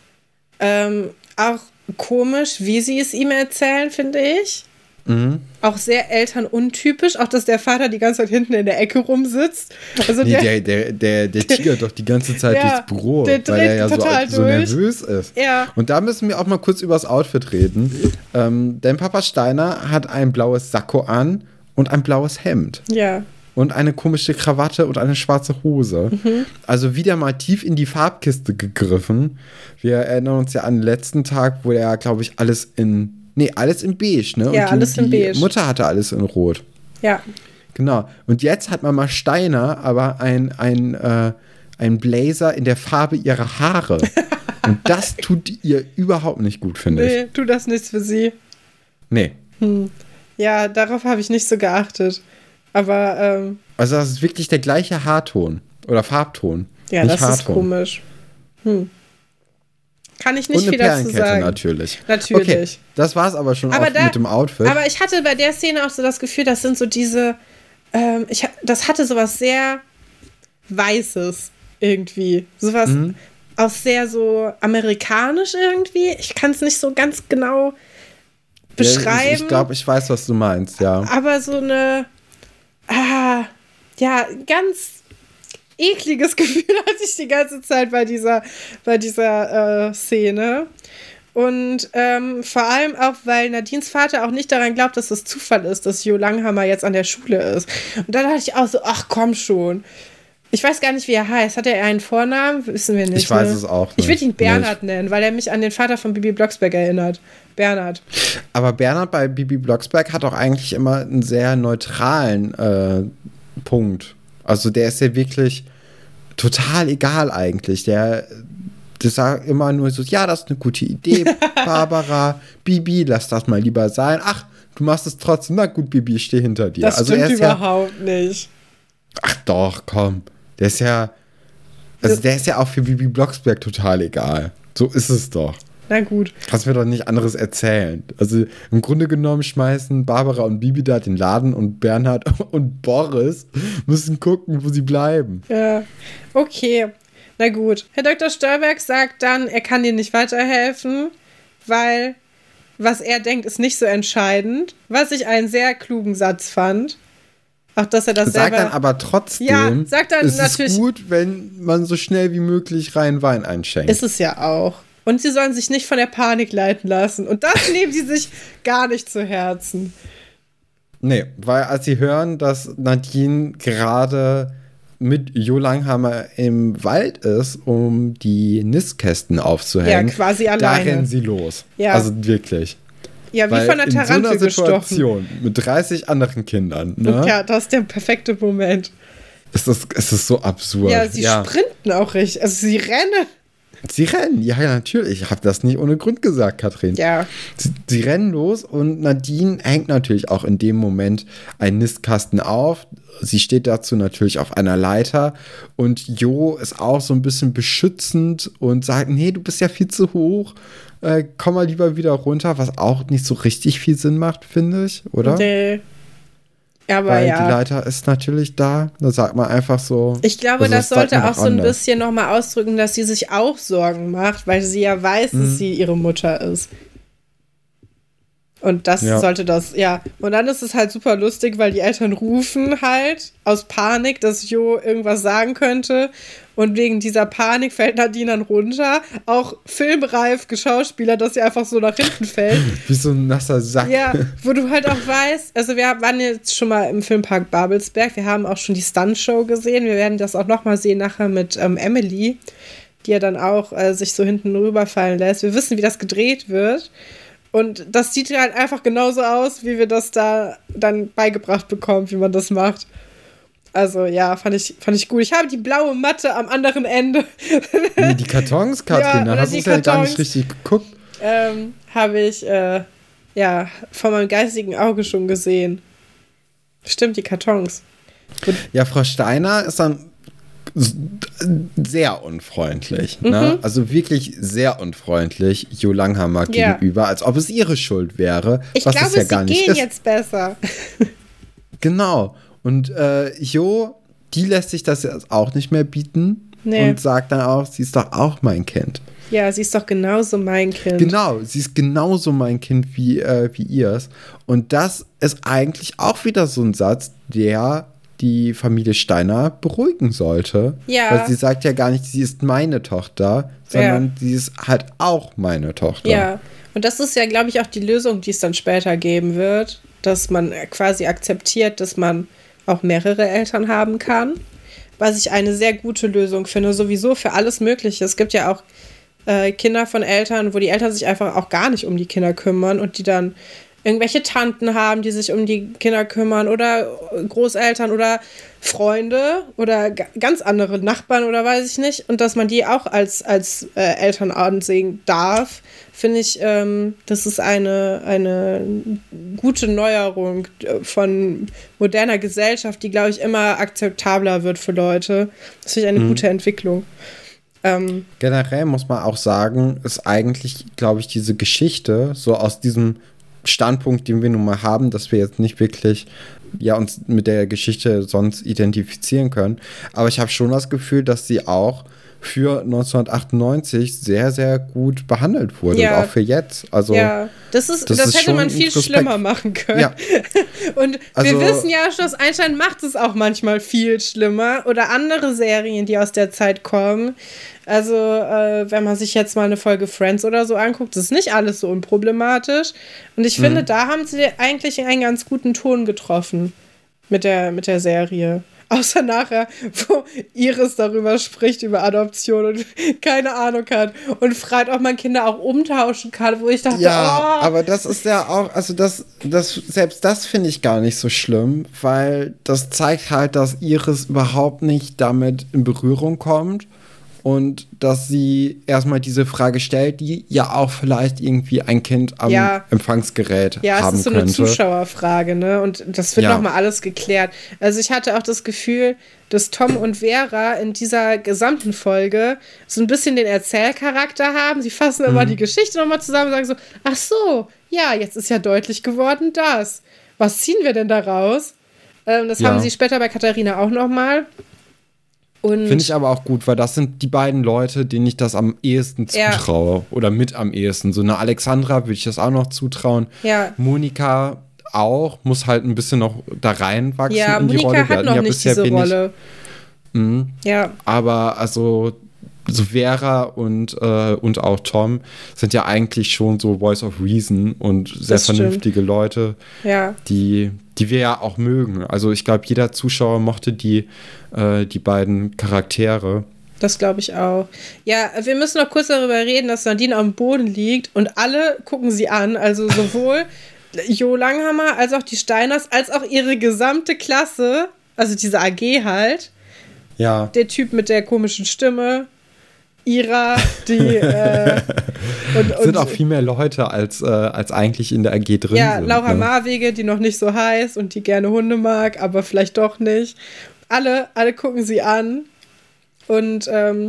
Auch komisch, wie sie es ihm erzählen, finde ich. Mhm. Auch sehr elternuntypisch. Auch, dass der Vater die ganze Zeit hinten in der Ecke rumsitzt. Also der tigert doch die ganze Zeit durchs Büro, weil er ja so nervös ist. Ja. Und da müssen wir auch mal kurz übers Outfit reden. Denn Papa Steiner hat ein blaues Sakko an und ein blaues Hemd. Ja. Und eine komische Krawatte und eine schwarze Hose. Mhm. Also wieder mal tief in die Farbkiste gegriffen. Wir erinnern uns ja an den letzten Tag, wo er, glaube ich, alles in beige, ne? Ja, und alles in beige. Die Mutter hatte alles in rot. Ja. Genau. Und jetzt hat Mama Steiner aber ein Blazer in der Farbe ihrer Haare. Und das tut ihr überhaupt nicht gut, finde ich. Nee, tut das nichts für sie. Nee. Ja, darauf habe ich nicht so geachtet. Aber, Also das ist wirklich der gleiche Haarton oder Farbton. ja, nicht das Haarton. ist komisch. Kann ich nicht Und eine viel dazu Perlenkette sagen. natürlich. Natürlich. Okay, das war es aber schon Aber mit dem Outfit. Aber ich hatte bei der Szene auch so das Gefühl, das sind so diese, das hatte sowas sehr Weißes irgendwie. Sowas auch sehr so amerikanisch irgendwie. Ich kann es nicht so ganz genau beschreiben. Ich glaube, ich weiß, was du meinst, ja. Aber so eine, ganz ekliges Gefühl hatte ich die ganze Zeit bei dieser Szene. Und vor allem auch, weil Nadines Vater auch nicht daran glaubt, dass es Zufall ist, dass Jo Langhammer jetzt an der Schule ist. Und da dachte ich auch so, ach komm schon. Ich weiß gar nicht, wie er heißt. Hat er einen Vornamen? Wissen wir nicht. Ich weiß es auch nicht. Ich würde ihn Bernhard nennen, weil er mich an den Vater von Bibi Blocksberg erinnert. Bernhard. Aber Bernhard bei Bibi Blocksberg hat auch eigentlich immer einen sehr neutralen Punkt. Also der ist ja wirklich total egal eigentlich. Der sagt immer nur so, ja, das ist eine gute Idee, Barbara, Bibi, lass das mal lieber sein. Ach, du machst es trotzdem. Na gut, Bibi, ich stehe hinter dir. Das also stimmt er ist überhaupt nicht. Ach doch, komm. Der ist ja auch für Bibi Blocksberg total egal. So ist es doch. Na gut. Kannst mir doch nicht anderes erzählen. Also im Grunde genommen schmeißen Barbara und Bibi da den Laden und Bernhard und Boris müssen gucken, wo sie bleiben. Ja, okay. Na gut. Herr Dr. Stolberg sagt dann, er kann dir nicht weiterhelfen, weil was er denkt, ist nicht so entscheidend. Was ich einen sehr klugen Satz fand. Auch, dass er das sagt selber... dann aber trotzdem, ja, sagt dann es natürlich, ist gut, wenn man so schnell wie möglich rein Wein einschenkt. ist es ja auch. Und sie sollen sich nicht von der Panik leiten lassen. Und das nehmen sie sich gar nicht zu Herzen. Nee, weil als sie hören, dass Nadine gerade mit Jo Langhammer im Wald ist, um die Nistkästen aufzuhängen, Ja, quasi da alleine. rennen sie los. Ja. Also wirklich. Ja, wie Weil von der in so Tarantel einer gestochen. Situation mit 30 anderen Kindern, ne, Ja, das ist der perfekte Moment. es ist so absurd. Ja, sie sprinten auch richtig. Also sie rennen. Sie rennen, ja, natürlich. Ich habe das nicht ohne Grund gesagt, Katrin. Ja. Sie rennen los und Nadine hängt natürlich auch in dem Moment einen Nistkasten auf. Sie steht dazu natürlich auf einer Leiter und Jo ist auch so ein bisschen beschützend und sagt, nee, du bist ja viel zu hoch, komm mal lieber wieder runter, was auch nicht so richtig viel Sinn macht, finde ich, oder? Nee. Aber Weil ja. die Leiter ist natürlich da, da sagt man einfach so. Ich glaube, also das sagt sollte man auch so ein anders. bisschen nochmal ausdrücken, dass sie sich auch Sorgen macht, weil sie ja weiß, dass sie ihre Mutter ist. Und das sollte das, ja. Und dann ist es halt super lustig, weil die Eltern rufen halt aus Panik, dass Jo irgendwas sagen könnte. Und wegen dieser Panik fällt Nadine dann runter. Auch filmreif geschauspielert, dass sie einfach so nach hinten fällt. Wie so ein nasser Sack. Ja, wo du halt auch weißt, also wir waren jetzt schon mal im Filmpark Babelsberg, wir haben auch schon die Stuntshow gesehen, wir werden das auch nochmal sehen nachher mit Emily, die ja dann auch sich so hinten rüberfallen lässt. Wir wissen, wie das gedreht wird. Und das sieht halt einfach genauso aus, wie wir das da dann beigebracht bekommen, wie man das macht. Also ja, fand ich gut. Ich habe die blaue Matte am anderen Ende. Nee, die Kartons, Katrin, da hast du es ja gar nicht richtig geguckt. Habe ich vor meinem geistigen Auge schon gesehen. Stimmt, die Kartons. Ja, Frau Steiner ist dann sehr unfreundlich. Ne? Also wirklich sehr unfreundlich Jo Langhammer gegenüber, als ob es ihre Schuld wäre. Ich was glaube, es ja gar sie nicht gehen ist. jetzt besser. Genau. Und Jo, die lässt sich das jetzt auch nicht mehr bieten und sagt dann auch, sie ist doch auch mein Kind. Ja, sie ist doch genauso mein Kind. Genau, sie ist genauso mein Kind wie ihrs. Und das ist eigentlich auch wieder so ein Satz, der die Familie Steiner beruhigen sollte. Ja. Weil sie sagt ja gar nicht, sie ist meine Tochter, sondern sie ist halt auch meine Tochter. Ja, und das ist ja, glaube ich, auch die Lösung, die es dann später geben wird, dass man quasi akzeptiert, dass man auch mehrere Eltern haben kann. Was ich eine sehr gute Lösung finde, sowieso für alles Mögliche. Es gibt ja auch Kinder von Eltern, wo die Eltern sich einfach auch gar nicht um die Kinder kümmern und die dann irgendwelche Tanten haben, die sich um die Kinder kümmern oder Großeltern oder Freunde oder ganz andere Nachbarn oder weiß ich nicht. Und dass man die auch als Eltern ansehen darf, finde ich, das ist eine gute Neuerung von moderner Gesellschaft, die, glaube ich, immer akzeptabler wird für Leute. Das finde ich eine gute Entwicklung. Generell muss man auch sagen, ist eigentlich, glaube ich, diese Geschichte so aus diesem Standpunkt, den wir nun mal haben, dass wir jetzt nicht wirklich uns mit der Geschichte sonst identifizieren können. Aber ich habe schon das Gefühl, dass sie auch für 1998 sehr, sehr gut behandelt wurde. Ja. Und auch für jetzt. Also, das hätte man viel schlimmer machen können. Ja. Und wir wissen ja, Schloss Einstein macht es auch manchmal viel schlimmer. Oder andere Serien, die aus der Zeit kommen. Also, wenn man sich jetzt mal eine Folge Friends oder so anguckt, ist nicht alles so unproblematisch. Und ich finde, da haben sie eigentlich einen ganz guten Ton getroffen mit der Serie. Außer nachher, wo Iris darüber spricht, über Adoption und keine Ahnung hat und fragt, ob man Kinder auch umtauschen kann, wo ich dachte, aber das ist ja auch, also selbst das finde ich gar nicht so schlimm, weil das zeigt halt, dass Iris überhaupt nicht damit in Berührung kommt. Und dass sie erstmal diese Frage stellt, die ja auch vielleicht irgendwie ein Kind am Empfangsgerät haben könnte. Ja, es ist so eine Zuschauerfrage, ne? Und das wird nochmal alles geklärt. Also ich hatte auch das Gefühl, dass Tom und Vera in dieser gesamten Folge so ein bisschen den Erzählcharakter haben. Sie fassen immer die Geschichte nochmal zusammen und sagen so, ach so, ja, jetzt ist ja deutlich geworden das. Was ziehen wir denn daraus? Das haben sie später bei Katharina auch nochmal. Finde ich aber auch gut, weil das sind die beiden Leute, denen ich das am ehesten zutraue. Oder mit am ehesten. So eine Alexandra würde ich das auch noch zutrauen. Ja. Monika auch, muss halt ein bisschen noch da reinwachsen in die Monika Rolle. Hat noch nicht diese Rolle. Ja. Aber also so Vera und auch Tom sind ja eigentlich schon so Voice of Reason und sehr vernünftige Leute, die wir ja auch mögen. Also ich glaube, jeder Zuschauer mochte die beiden Charaktere. Das glaube ich auch. Ja, wir müssen noch kurz darüber reden, dass Nadine am Boden liegt und alle gucken sie an. Also sowohl Jo Langhammer als auch die Steiners, als auch ihre gesamte Klasse, also diese AG halt. Ja. Der Typ mit der komischen Stimme. Ira, die sind auch viel mehr Leute als eigentlich in der AG drin sind. Ja, Laura Marwege, die noch nicht so heiß und die gerne Hunde mag, aber vielleicht doch nicht. Alle gucken sie an und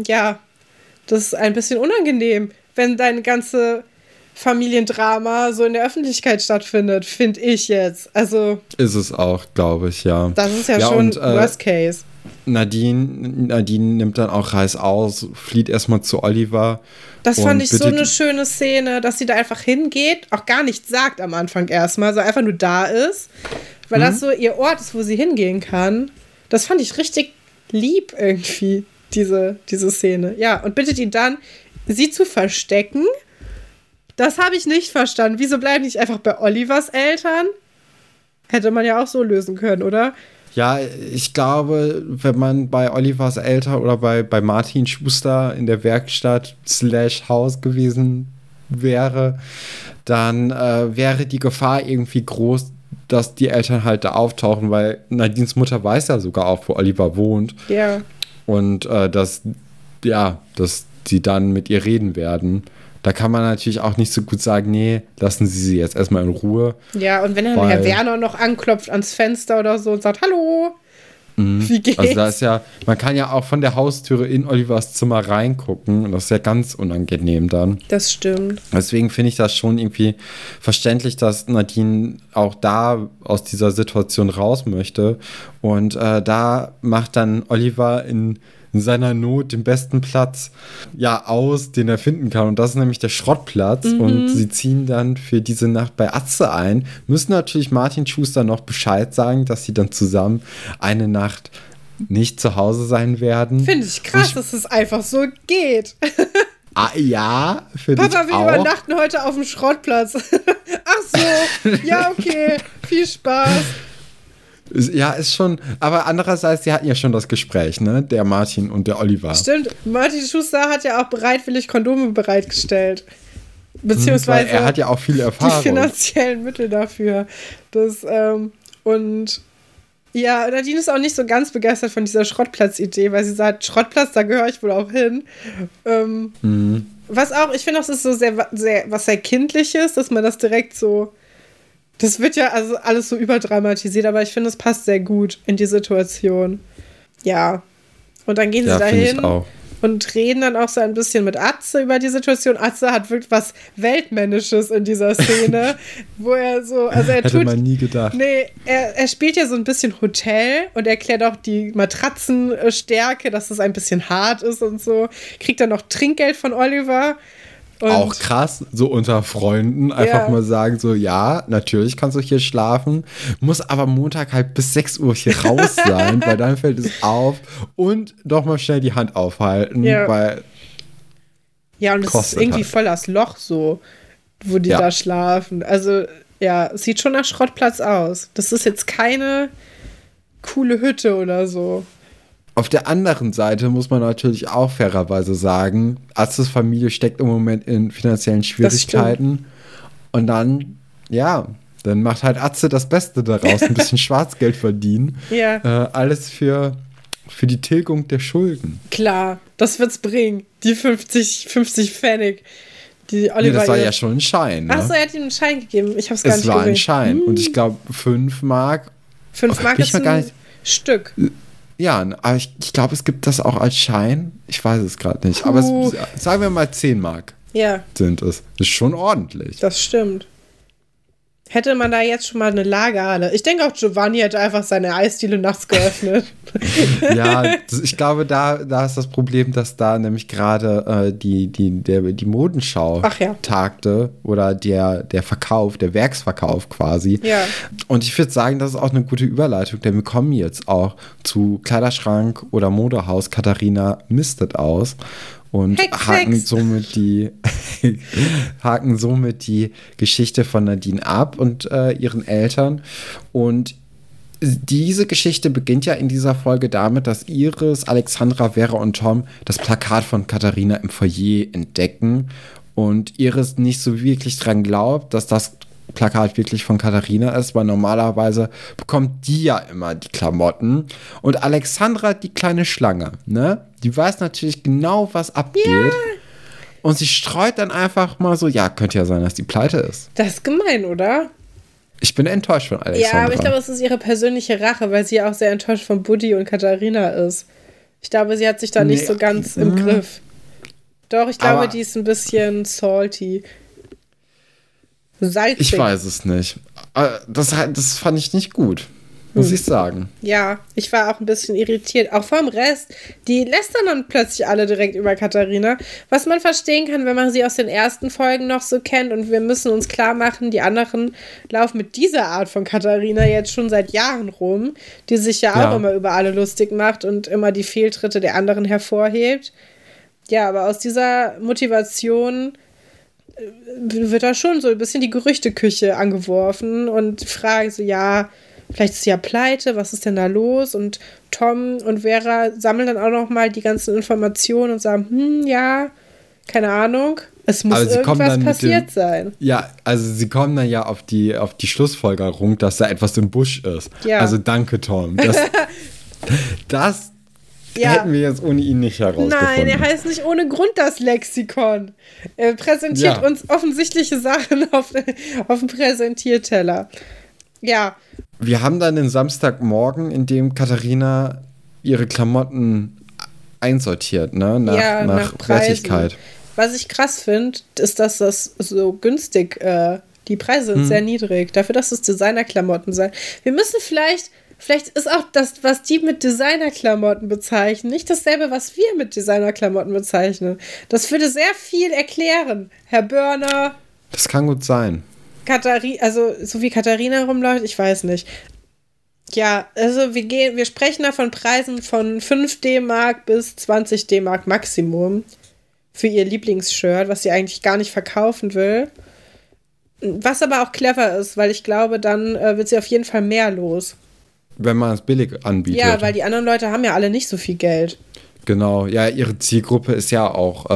das ist ein bisschen unangenehm, wenn dein ganze Familiendrama so in der Öffentlichkeit stattfindet, finde ich jetzt. Also ist es auch, glaube ich, ja. Das ist ja schon Worst Case. Nadine nimmt dann auch Reis aus, flieht erstmal zu Oliver. Das fand ich so eine schöne Szene, dass sie da einfach hingeht, auch gar nichts sagt am Anfang erstmal, so einfach nur da ist, weil das so ihr Ort ist, wo sie hingehen kann. Das fand ich richtig lieb irgendwie, diese Szene. Ja, und bittet ihn dann, sie zu verstecken. Das habe ich nicht verstanden. Wieso bleiben nicht einfach bei Olivers Eltern? Hätte man ja auch so lösen können, oder? Ja, ich glaube, wenn man bei Olivers Eltern oder bei Martin Schuster in der Werkstatt / Haus gewesen wäre, dann wäre die Gefahr irgendwie groß, dass die Eltern halt da auftauchen, weil Nadines Mutter weiß ja sogar auch, wo Oliver wohnt. Ja. Und dass sie dann mit ihr reden werden. Da kann man natürlich auch nicht so gut sagen, nee, lassen Sie sie jetzt erstmal in Ruhe. Ja, und wenn dann Herr Werner noch anklopft ans Fenster oder so und sagt, hallo, wie geht's? Also da ist ja, man kann ja auch von der Haustüre in Olivers Zimmer reingucken und das ist ja ganz unangenehm dann. Das stimmt. Deswegen finde ich das schon irgendwie verständlich, dass Nadine auch da aus dieser Situation raus möchte. Und da macht dann Oliver in seiner Not den besten Platz aus, den er finden kann. Und das ist nämlich der Schrottplatz. Und sie ziehen dann für diese Nacht bei Atze ein. Müssen natürlich Martin Schuster noch Bescheid sagen, dass sie dann zusammen eine Nacht nicht zu Hause sein werden. Finde ich krass, dass es einfach so geht. Ja, finde ich auch. Papa, wir übernachten heute auf dem Schrottplatz. Ach so, ja, okay. Viel Spaß. Ja, ist schon, aber andererseits, die hatten ja schon das Gespräch, ne, der Martin und der Oliver. Stimmt, Martin Schuster hat ja auch bereitwillig Kondome bereitgestellt. Beziehungsweise er hat ja auch viel Erfahrung. Die finanziellen Mittel dafür. Und ja, Nadine ist auch nicht so ganz begeistert von dieser Schrottplatz-Idee, weil sie sagt, Schrottplatz, da gehöre ich wohl auch hin. Was auch, ich finde auch, das ist so was sehr Kindliches, dass man das direkt so, das wird ja also alles so überdramatisiert, aber ich finde, es passt sehr gut in die Situation. Ja. Und dann gehen sie dahin und reden dann auch so ein bisschen mit Atze über die Situation. Atze hat wirklich was Weltmännisches in dieser Szene, wo er so, also er Hätte man nie gedacht. Nee, er spielt ja so ein bisschen Hotel und erklärt auch die Matratzenstärke, dass es ein bisschen hart ist und so. Kriegt dann noch Trinkgeld von Oliver. Und auch krass, so unter Freunden einfach mal sagen, so, ja, natürlich kannst du hier schlafen, muss aber Montag halt bis 6 Uhr hier raus sein, weil dann fällt es auf und doch mal schnell die Hand aufhalten, weil ja, und es ist irgendwie voll das Loch so, wo die da schlafen. Also, ja, es sieht schon nach Schrottplatz aus. Das ist jetzt keine coole Hütte oder so. Auf der anderen Seite muss man natürlich auch fairerweise sagen, Atzes Familie steckt im Moment in finanziellen Schwierigkeiten. Und dann, dann macht halt Atze das Beste daraus, ein bisschen Schwarzgeld verdienen. Ja. Alles für die Tilgung der Schulden. Klar, das wird's bringen. Die 50 Pfennig. Die Oliver das war ja schon ein Schein. Ne? Achso, er hat ihm einen Schein gegeben. Ich hab's gar nicht gesehen. Es war ein Schein. Und ich glaube, 5 Mark. 5 Mark ist ein Stück. Ja, aber ich glaube, es gibt das auch als Schein. Ich weiß es gerade nicht. Aber sagen wir mal 10 Mark sind es. Das ist schon ordentlich. Das stimmt. Hätte man da jetzt schon mal eine Lagerhalle. Ich denke auch, Giovanni hätte einfach seine Eisdiele nachts geöffnet. Ja, ich glaube, da ist das Problem, dass da nämlich gerade die Modenschau tagte oder der Verkauf, der Werksverkauf quasi. Ja. Und ich würde sagen, das ist auch eine gute Überleitung, denn wir kommen jetzt auch zu Kleiderschrank oder Modehaus Katharina mistet aus. Und haken somit die Geschichte von Nadine ab und ihren Eltern. Und diese Geschichte beginnt ja in dieser Folge damit, dass Iris, Alexandra, Vera und Tom das Plakat von Katharina im Foyer entdecken. Und Iris nicht so wirklich dran glaubt, dass das Plakat wirklich von Katharina ist, weil normalerweise bekommt die ja immer die Klamotten und Alexandra die kleine Schlange, ne? Die weiß natürlich genau, was abgeht und sie streut dann einfach mal so, ja, könnte ja sein, dass die pleite ist. Das ist gemein, oder? Ich bin enttäuscht von Alexandra. Ja, aber ich glaube, es ist ihre persönliche Rache, weil sie auch sehr enttäuscht von Buddy und Katharina ist. Ich glaube, sie hat sich da nicht so ganz im Griff. Doch, ich glaube, die ist ein bisschen salty. Salzig. Ich weiß es nicht. Das fand ich nicht gut, muss ich sagen. Ja, ich war auch ein bisschen irritiert. Auch vom Rest. Die lästern dann plötzlich alle direkt über Katharina. Was man verstehen kann, wenn man sie aus den ersten Folgen noch so kennt. Und wir müssen uns klar machen, die anderen laufen mit dieser Art von Katharina jetzt schon seit Jahren rum, die sich ja auch immer über alle lustig macht und immer die Fehltritte der anderen hervorhebt. Ja, aber aus dieser Motivation wird da schon so ein bisschen die Gerüchteküche angeworfen und fragen so, ja, vielleicht ist sie ja pleite, was ist denn da los? Und Tom und Vera sammeln dann auch noch mal die ganzen Informationen und sagen, ja, keine Ahnung, es muss irgendwas passiert sein. Ja, also sie kommen dann ja auf die Schlussfolgerung, dass da etwas im Busch ist. Ja. Also danke, Tom. Das hätten wir jetzt ohne ihn nicht herausgefunden. Nein, er heißt nicht ohne Grund das Lexikon. Er präsentiert uns offensichtliche Sachen auf dem Präsentierteller. Ja. Wir haben dann den Samstagmorgen, in dem Katharina ihre Klamotten einsortiert, ne? Nach Wertigkeit. Was ich krass finde, ist, dass das so günstig, die Preise sind sehr niedrig. Dafür, dass es Designerklamotten sind. Wir müssen vielleicht ist auch das, was die mit Designerklamotten bezeichnen, nicht dasselbe, was wir mit Designerklamotten bezeichnen. Das würde sehr viel erklären, Herr Börner. Das kann gut sein. Also, so wie Katharina rumläuft, ich weiß nicht. Ja, also wir sprechen da von Preisen von 5 D-Mark bis 20 D-Mark Maximum für ihr Lieblingsshirt, was sie eigentlich gar nicht verkaufen will. Was aber auch clever ist, weil ich glaube, dann wird sie auf jeden Fall mehr los. Wenn man es billig anbietet. Ja, weil die anderen Leute haben ja alle nicht so viel Geld. Genau, ja, ihre Zielgruppe ist ja auch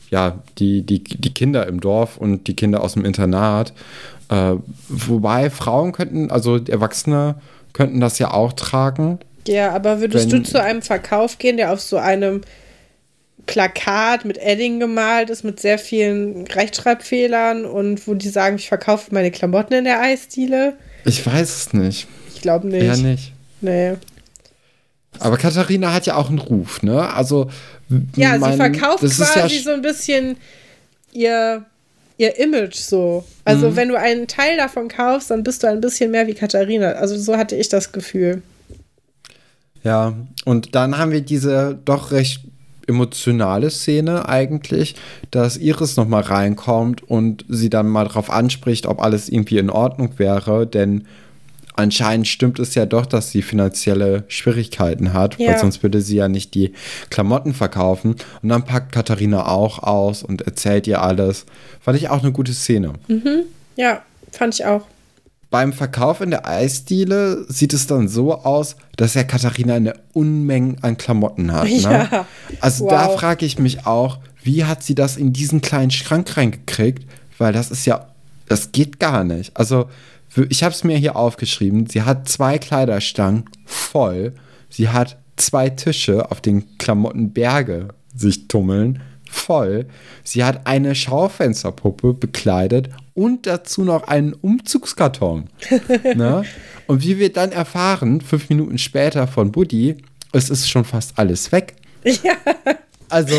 ja, die Kinder im Dorf und die Kinder aus dem Internat. Wobei Frauen könnten, also Erwachsene könnten das ja auch tragen. Ja, aber würdest du zu einem Verkauf gehen, der auf so einem Plakat mit Edding gemalt ist, mit sehr vielen Rechtschreibfehlern und wo die sagen, ich verkaufe meine Klamotten in der Eisdiele? Ich weiß es nicht. Ich glaube nicht. Eher nicht. Nee. Aber Katharina hat ja auch einen Ruf, ne? Also ja, sie verkauft quasi so ein bisschen ihr Image so. Also wenn du einen Teil davon kaufst, dann bist du ein bisschen mehr wie Katharina. Also so hatte ich das Gefühl. Ja, und dann haben wir diese doch recht emotionale Szene eigentlich, dass Iris nochmal reinkommt und sie dann mal drauf anspricht, ob alles irgendwie in Ordnung wäre, denn anscheinend stimmt es ja doch, dass sie finanzielle Schwierigkeiten hat, weil sonst würde sie ja nicht die Klamotten verkaufen. Und dann packt Katharina auch aus und erzählt ihr alles. Fand ich auch eine gute Szene. Mhm. Ja, fand ich auch. Beim Verkauf in der Eisdiele sieht es dann so aus, dass ja Katharina eine Unmenge an Klamotten hat. Ne? Ja. Also da frage ich mich auch, wie hat sie das in diesen kleinen Schrank reingekriegt? Weil das ist ja, das geht gar nicht. Also ich habe es mir hier aufgeschrieben. Sie hat 2 Kleiderstangen voll. Sie hat 2 Tische, auf denen Klamottenberge sich tummeln, voll. Sie hat eine Schaufensterpuppe bekleidet und dazu noch einen Umzugskarton. Ne? Und wie wir dann erfahren, 5 Minuten später von Buddy, es ist schon fast alles weg. Ja. Also,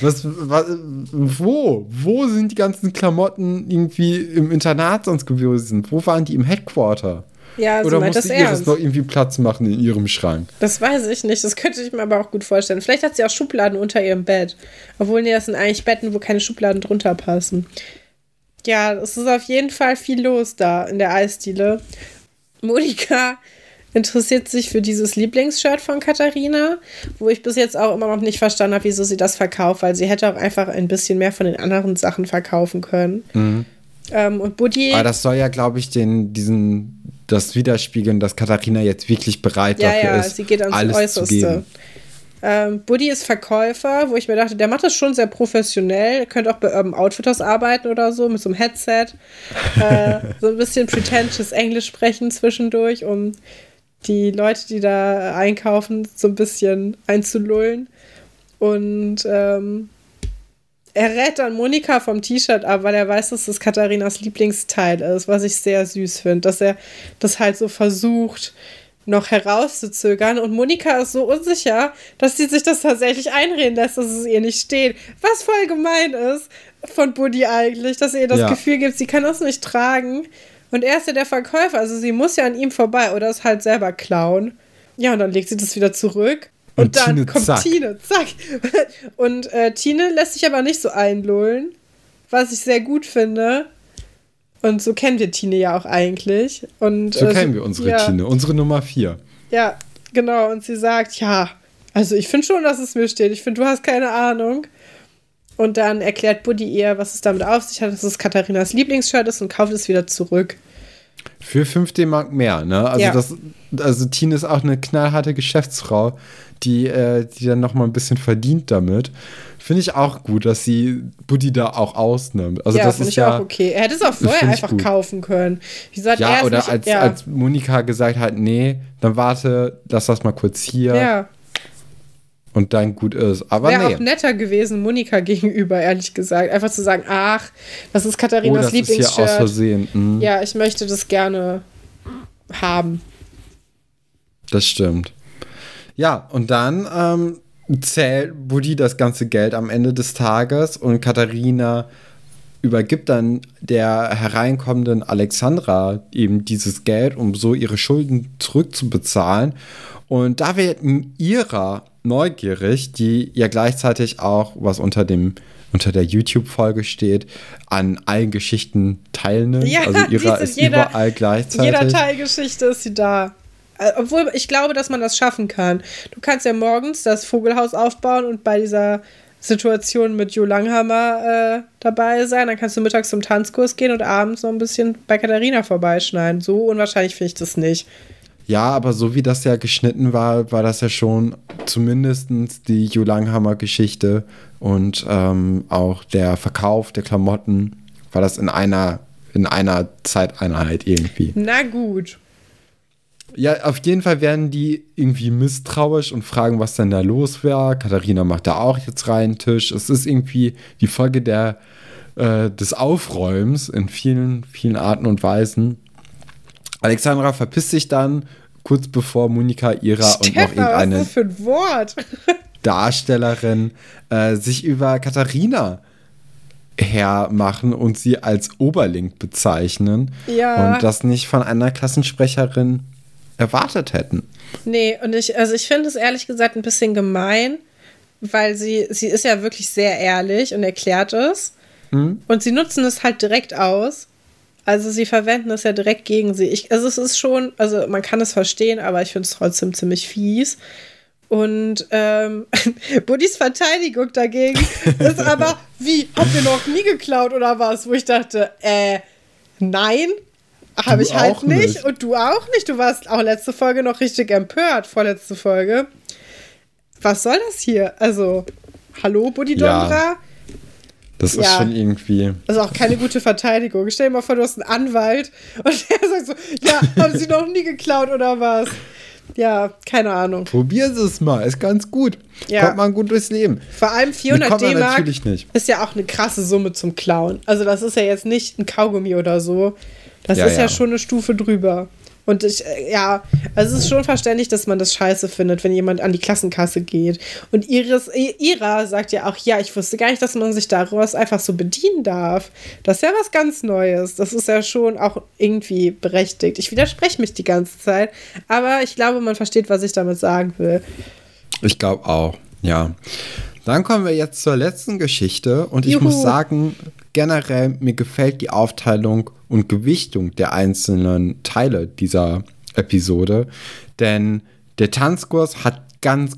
wo sind die ganzen Klamotten irgendwie im Internat sonst gewesen? Wo waren die im Headquarter? Ja, oder musste Iris noch irgendwie Platz machen in ihrem Schrank? Das weiß ich nicht. Das könnte ich mir aber auch gut vorstellen. Vielleicht hat sie auch Schubladen unter ihrem Bett. Obwohl, nee, das sind eigentlich Betten, wo keine Schubladen drunter passen. Ja, es ist auf jeden Fall viel los da in der Eisdiele. Monika interessiert sich für dieses Lieblingsshirt von Katharina, wo ich bis jetzt auch immer noch nicht verstanden habe, wieso sie das verkauft, weil sie hätte auch einfach ein bisschen mehr von den anderen Sachen verkaufen können. Mhm. Und Buddy... Aber das soll ja, glaube ich, das widerspiegeln, dass Katharina jetzt wirklich bereit dafür ist, sie geht ans alles Äußerste. zu geben. Buddy ist Verkäufer, wo ich mir dachte, der macht das schon sehr professionell, könnte auch bei Urban Outfitters arbeiten oder so, mit so einem Headset. So ein bisschen pretentious Englisch sprechen zwischendurch, um die Leute, die da einkaufen, so ein bisschen einzulullen. Und er rät dann Monika vom T-Shirt ab, weil er weiß, dass das Katharinas Lieblingsteil ist, was ich sehr süß finde, dass er das halt so versucht, noch herauszuzögern. Und Monika ist so unsicher, dass sie sich das tatsächlich einreden lässt, dass es ihr nicht steht. Was voll gemein ist von Buddy eigentlich, dass ihr das Gefühl gibt, sie kann das nicht tragen. Und er ist ja der Verkäufer, also sie muss ja an ihm vorbei oder es halt selber klauen. Ja, und dann legt sie das wieder zurück. Und dann Tine, kommt zack. Tine, zack. Und Tine lässt sich aber nicht so einlullen, was ich sehr gut finde. Und so kennen wir Tine ja auch eigentlich. Und, so kennen wir unsere Tine, unsere Nummer 4. Ja, genau. Und sie sagt, ja, also ich finde schon, dass es mir steht. Ich finde, du hast keine Ahnung. Und dann erklärt Buddy ihr, was es damit auf sich hat, dass es Katharinas Lieblingsshirt ist und kauft es wieder zurück. Für 5 D-Mark mehr, ne? Also Tine ist auch eine knallharte Geschäftsfrau, die dann noch mal ein bisschen verdient damit. Finde ich auch gut, dass sie Buddy da auch ausnimmt. Also das ist ja auch okay. Er hätte es auch vorher einfach kaufen können. Wieso hat er oder nicht, als Monika gesagt hat, nee, dann warte, lass das mal kurz hier. Ja. Und dann gut ist. Aber wäre auch netter gewesen, Monika gegenüber, ehrlich gesagt. Einfach zu sagen, ach, das ist Katharinas Lieblingsshirt. Ist hier aus Versehen. Mhm. Ja, ich möchte das gerne haben. Das stimmt. Ja, und dann zählt Buddy das ganze Geld am Ende des Tages und Katharina übergibt dann der hereinkommenden Alexandra eben dieses Geld, um so ihre Schulden zurückzubezahlen. Und da wird Ira neugierig, die ja gleichzeitig auch, was unter der YouTube-Folge steht, an allen Geschichten teilnimmt. Ja, also Ira ist überall gleichzeitig. In jeder Teilgeschichte ist sie da. Obwohl, ich glaube, dass man das schaffen kann. Du kannst ja morgens das Vogelhaus aufbauen und bei dieser Situation mit Jo Langhammer dabei sein. Dann kannst du mittags zum Tanzkurs gehen und abends noch ein bisschen bei Katharina vorbeischneiden. So unwahrscheinlich finde ich das nicht. Ja, aber so wie das ja geschnitten war, war das ja schon zumindest die Jo Langhammer-Geschichte und auch der Verkauf der Klamotten, war das in einer Zeiteinheit irgendwie. Na gut. Ja, auf jeden Fall werden die irgendwie misstrauisch und fragen, was denn da los wäre. Katharina macht da auch jetzt rein Tisch. Es ist irgendwie die Folge des Aufräumens in vielen, vielen Arten und Weisen. Alexandra verpisst sich dann, kurz bevor Monika, Ira und noch irgendeine was ist das für ein Wort? Darstellerin sich über Katharina hermachen und sie als Oberling bezeichnen. Ja. Und das nicht von einer Klassensprecherin erwartet hätten. Nee, und ich finde es ehrlich gesagt ein bisschen gemein, weil sie ist ja wirklich sehr ehrlich und erklärt es. Und sie nutzen es halt direkt aus. Also sie verwenden es ja direkt gegen sie. Es ist schon, also man kann es verstehen, aber ich finde es trotzdem ziemlich fies. Und Buddys Verteidigung dagegen ist aber, wie, habt ihr noch nie geklaut oder was? Wo ich dachte, nein, habe ich halt nicht. Und du auch nicht. Du warst auch letzte Folge noch richtig empört, vorletzte Folge. Was soll das hier? Also, hallo, Buddy Dondra? Ja, das ist schon irgendwie... Also auch keine gute Verteidigung. Stell dir mal vor, du hast einen Anwalt und der sagt so, ja, haben sie noch nie geklaut oder was? Ja, keine Ahnung. Probieren Sie es mal, ist ganz gut. Ja. Kommt man gut durchs Leben. Vor allem 400 D-Mark natürlich nicht. ist ja auch eine krasse Summe zum Klauen. Also das ist ja jetzt nicht ein Kaugummi oder so. Das ist ja schon eine Stufe drüber. Und also es ist schon verständlich, dass man das scheiße findet, wenn jemand an die Klassenkasse geht. Und Ira sagt ja auch, ja, ich wusste gar nicht, dass man sich daraus einfach so bedienen darf. Das ist ja was ganz Neues. Das ist ja schon auch irgendwie berechtigt. Ich widerspreche mich die ganze Zeit, aber ich glaube, man versteht, was ich damit sagen will. Ich glaube auch, ja. Dann kommen wir jetzt zur letzten Geschichte und ich muss sagen, generell mir gefällt die Aufteilung und Gewichtung der einzelnen Teile dieser Episode, denn der Tanzkurs hat ganz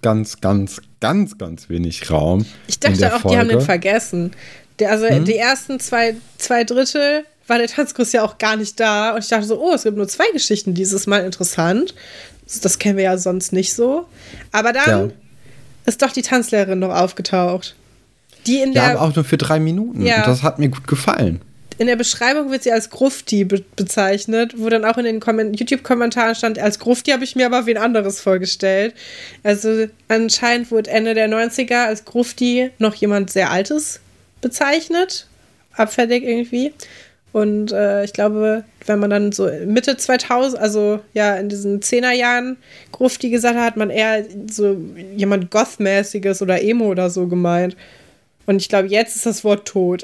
wenig Raum. Ich dachte auch, die haben den vergessen. Die ersten zwei Drittel war der Tanzkurs ja auch gar nicht da und ich dachte so, oh, es gibt nur 2 Geschichten dieses Mal, interessant. Das kennen wir ja sonst nicht so. Aber dann ist doch die Tanzlehrerin noch aufgetaucht. Aber auch nur für 3 Minuten. Ja. Und das hat mir gut gefallen. In der Beschreibung wird sie als Grufti bezeichnet, wo dann auch in den YouTube-Kommentaren stand, als Grufti habe ich mir aber wen anderes vorgestellt. Also anscheinend wurde Ende der 90er als Grufti noch jemand sehr Altes bezeichnet. Abfällig irgendwie. Und ich glaube, wenn man dann so Mitte 2000, also ja in diesen 10er-Jahren Grufti gesagt hat, hat man eher so jemand Goth-mäßiges oder Emo oder so gemeint. Und ich glaube, jetzt ist das Wort tot.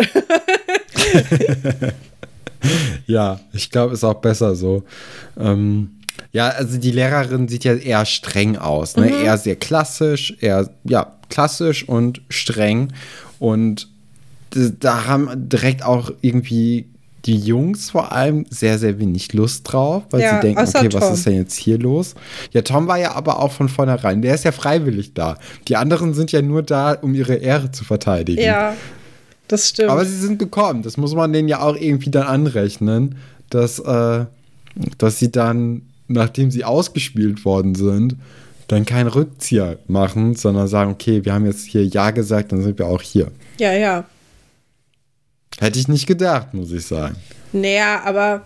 Ja, ich glaube, ist auch besser so. Also die Lehrerin sieht ja eher streng aus, ne? Eher sehr klassisch, klassisch und streng. Und da haben direkt auch irgendwie die Jungs vor allem sehr, sehr wenig Lust drauf, weil sie denken, okay, was ist denn jetzt hier los? Ja, Tom war ja aber auch von vornherein, der ist ja freiwillig da. Die anderen sind ja nur da, um ihre Ehre zu verteidigen. Ja, das stimmt. Aber sie sind gekommen, das muss man denen ja auch irgendwie dann anrechnen, dass sie dann, nachdem sie ausgespielt worden sind, dann keinen Rückzieher machen, sondern sagen, okay, wir haben jetzt hier Ja gesagt, dann sind wir auch hier. Ja. Hätte ich nicht gedacht, muss ich sagen. Naja, aber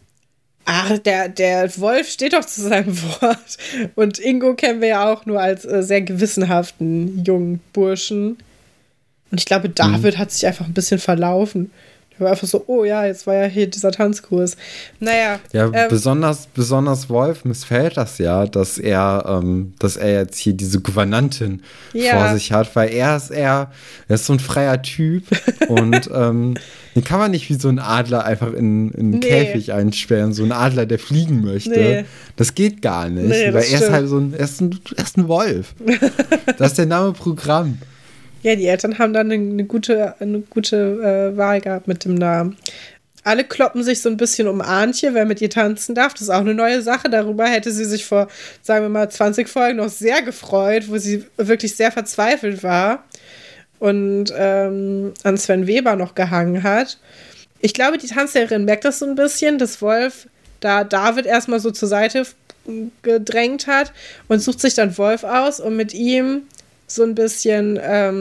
der Wolf steht doch zu seinem Wort. Und Ingo kennen wir ja auch nur als sehr gewissenhaften jungen Burschen. Und ich glaube, David hat sich einfach ein bisschen verlaufen. Der war einfach so, oh ja, jetzt war ja hier dieser Tanzkurs. Naja. Ja, besonders Wolf missfällt das ja, dass er jetzt hier diese Gouvernantin vor sich hat, weil er ist so ein freier Typ und den kann man nicht wie so ein Adler einfach in einen Käfig einsperren, so ein Adler, der fliegen möchte. Nee. Das geht gar nicht, weil er ist halt er ist ein Wolf. Das ist der Name Programm. Ja, die Eltern haben dann eine gute Wahl gehabt mit dem Namen. Alle kloppen sich so ein bisschen um Antje, wer mit ihr tanzen darf. Das ist auch eine neue Sache. Darüber hätte sie sich vor, sagen wir mal, 20 Folgen noch sehr gefreut, wo sie wirklich sehr verzweifelt war und an Sven Weber noch gehangen hat. Ich glaube, die Tanzlehrerin merkt das so ein bisschen, dass Wolf da David erstmal so zur Seite gedrängt hat und sucht sich dann Wolf aus, um mit ihm so ein bisschen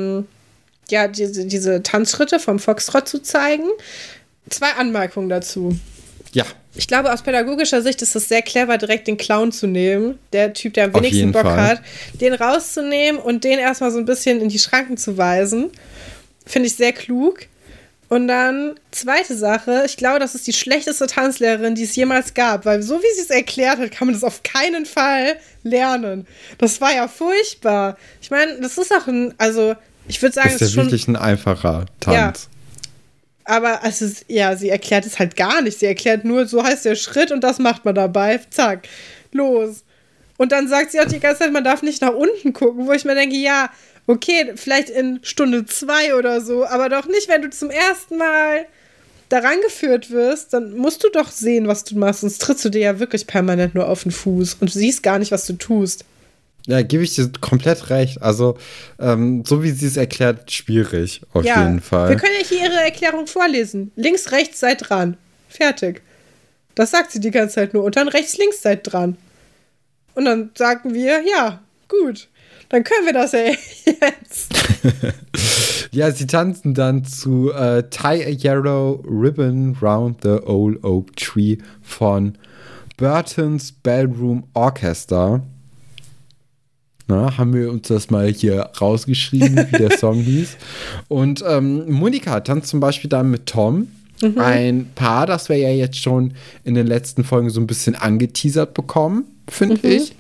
diese Tanzschritte vom Foxtrot zu zeigen. 2 Anmerkungen dazu. Ja. Ich glaube, aus pädagogischer Sicht ist es sehr clever, direkt den Clown zu nehmen. Der Typ, der am wenigsten Bock hat. Den rauszunehmen und den erstmal so ein bisschen in die Schranken zu weisen. Finde ich sehr klug. Und dann, zweite Sache, ich glaube, das ist die schlechteste Tanzlehrerin, die es jemals gab. Weil so wie sie es erklärt hat, kann man das auf keinen Fall lernen. Das war ja furchtbar. Ich meine, das ist auch ich würde sagen, es ist ja wirklich ein einfacher Tanz. Ja. Aber sie erklärt es halt gar nicht. Sie erklärt nur, so heißt der Schritt und das macht man dabei. Zack, los. Und dann sagt sie auch die ganze Zeit, man darf nicht nach unten gucken, wo ich mir denke, ja, okay, vielleicht in Stunde 2 oder so, aber doch nicht, wenn du zum ersten Mal daran geführt wirst, dann musst du doch sehen, was du machst, sonst trittst du dir ja wirklich permanent nur auf den Fuß und du siehst gar nicht, was du tust. Ja, gebe ich dir komplett recht. Also, so wie sie es erklärt, schwierig, auf jeden Fall. Wir können ja hier ihre Erklärung vorlesen. Links, rechts, seid dran. Fertig. Das sagt sie die ganze Zeit nur. Und dann rechts, links, seid dran. Und dann sagen wir, ja, gut. Dann können wir das ja jetzt. Ja, sie tanzen dann zu Tie a Yellow Ribbon Round the Old Oak Tree von Burton's Ballroom Orchestra. Na, haben wir uns das mal hier rausgeschrieben, wie der Song hieß. Und Monika tanzt zum Beispiel dann mit Tom. Ein Paar, das wir ja jetzt schon in den letzten Folgen so ein bisschen angeteasert bekommen, finde ich.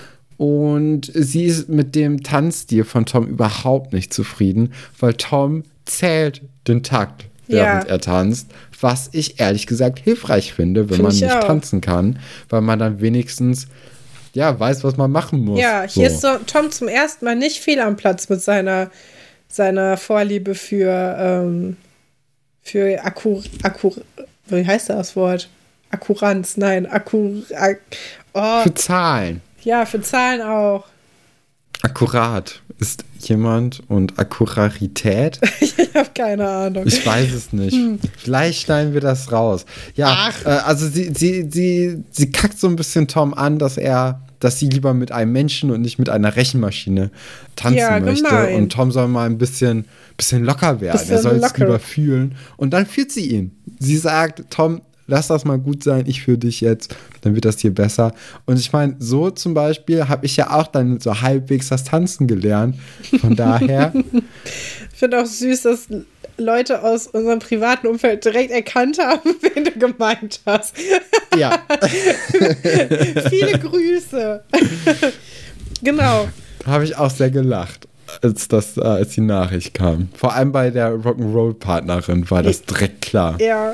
Und sie ist mit dem Tanzstil von Tom überhaupt nicht zufrieden, weil Tom zählt den Takt, während er tanzt, was ich ehrlich gesagt hilfreich finde, wenn man nicht tanzen kann, weil man dann wenigstens weiß, was man machen muss. Ja, hier ist so Tom zum ersten Mal nicht fehl am Platz mit seiner Vorliebe für wie heißt das Wort? Akkuranz, nein, für Zahlen. Ja, für Zahlen auch. Akkurat ist jemand und Akkurarität? Ich habe keine Ahnung. Ich weiß es nicht. Vielleicht schneiden wir das raus. Ja, also sie kackt so ein bisschen Tom an, dass sie lieber mit einem Menschen und nicht mit einer Rechenmaschine tanzen möchte. Gemein. Und Tom soll mal ein bisschen locker werden. Er soll es lieber fühlen. Und dann fühlt sie ihn. Sie sagt, Tom, lass das mal gut sein, ich fühle dich jetzt, dann wird das hier besser. Und ich meine, so zum Beispiel habe ich ja auch dann so halbwegs das Tanzen gelernt. Von daher. Ich finde auch süß, dass Leute aus unserem privaten Umfeld direkt erkannt haben, wen du gemeint hast. Ja. Viele Grüße. Genau. Habe ich auch sehr gelacht, als die Nachricht kam. Vor allem bei der Rock'n'Roll-Partnerin war das direkt klar. Ja.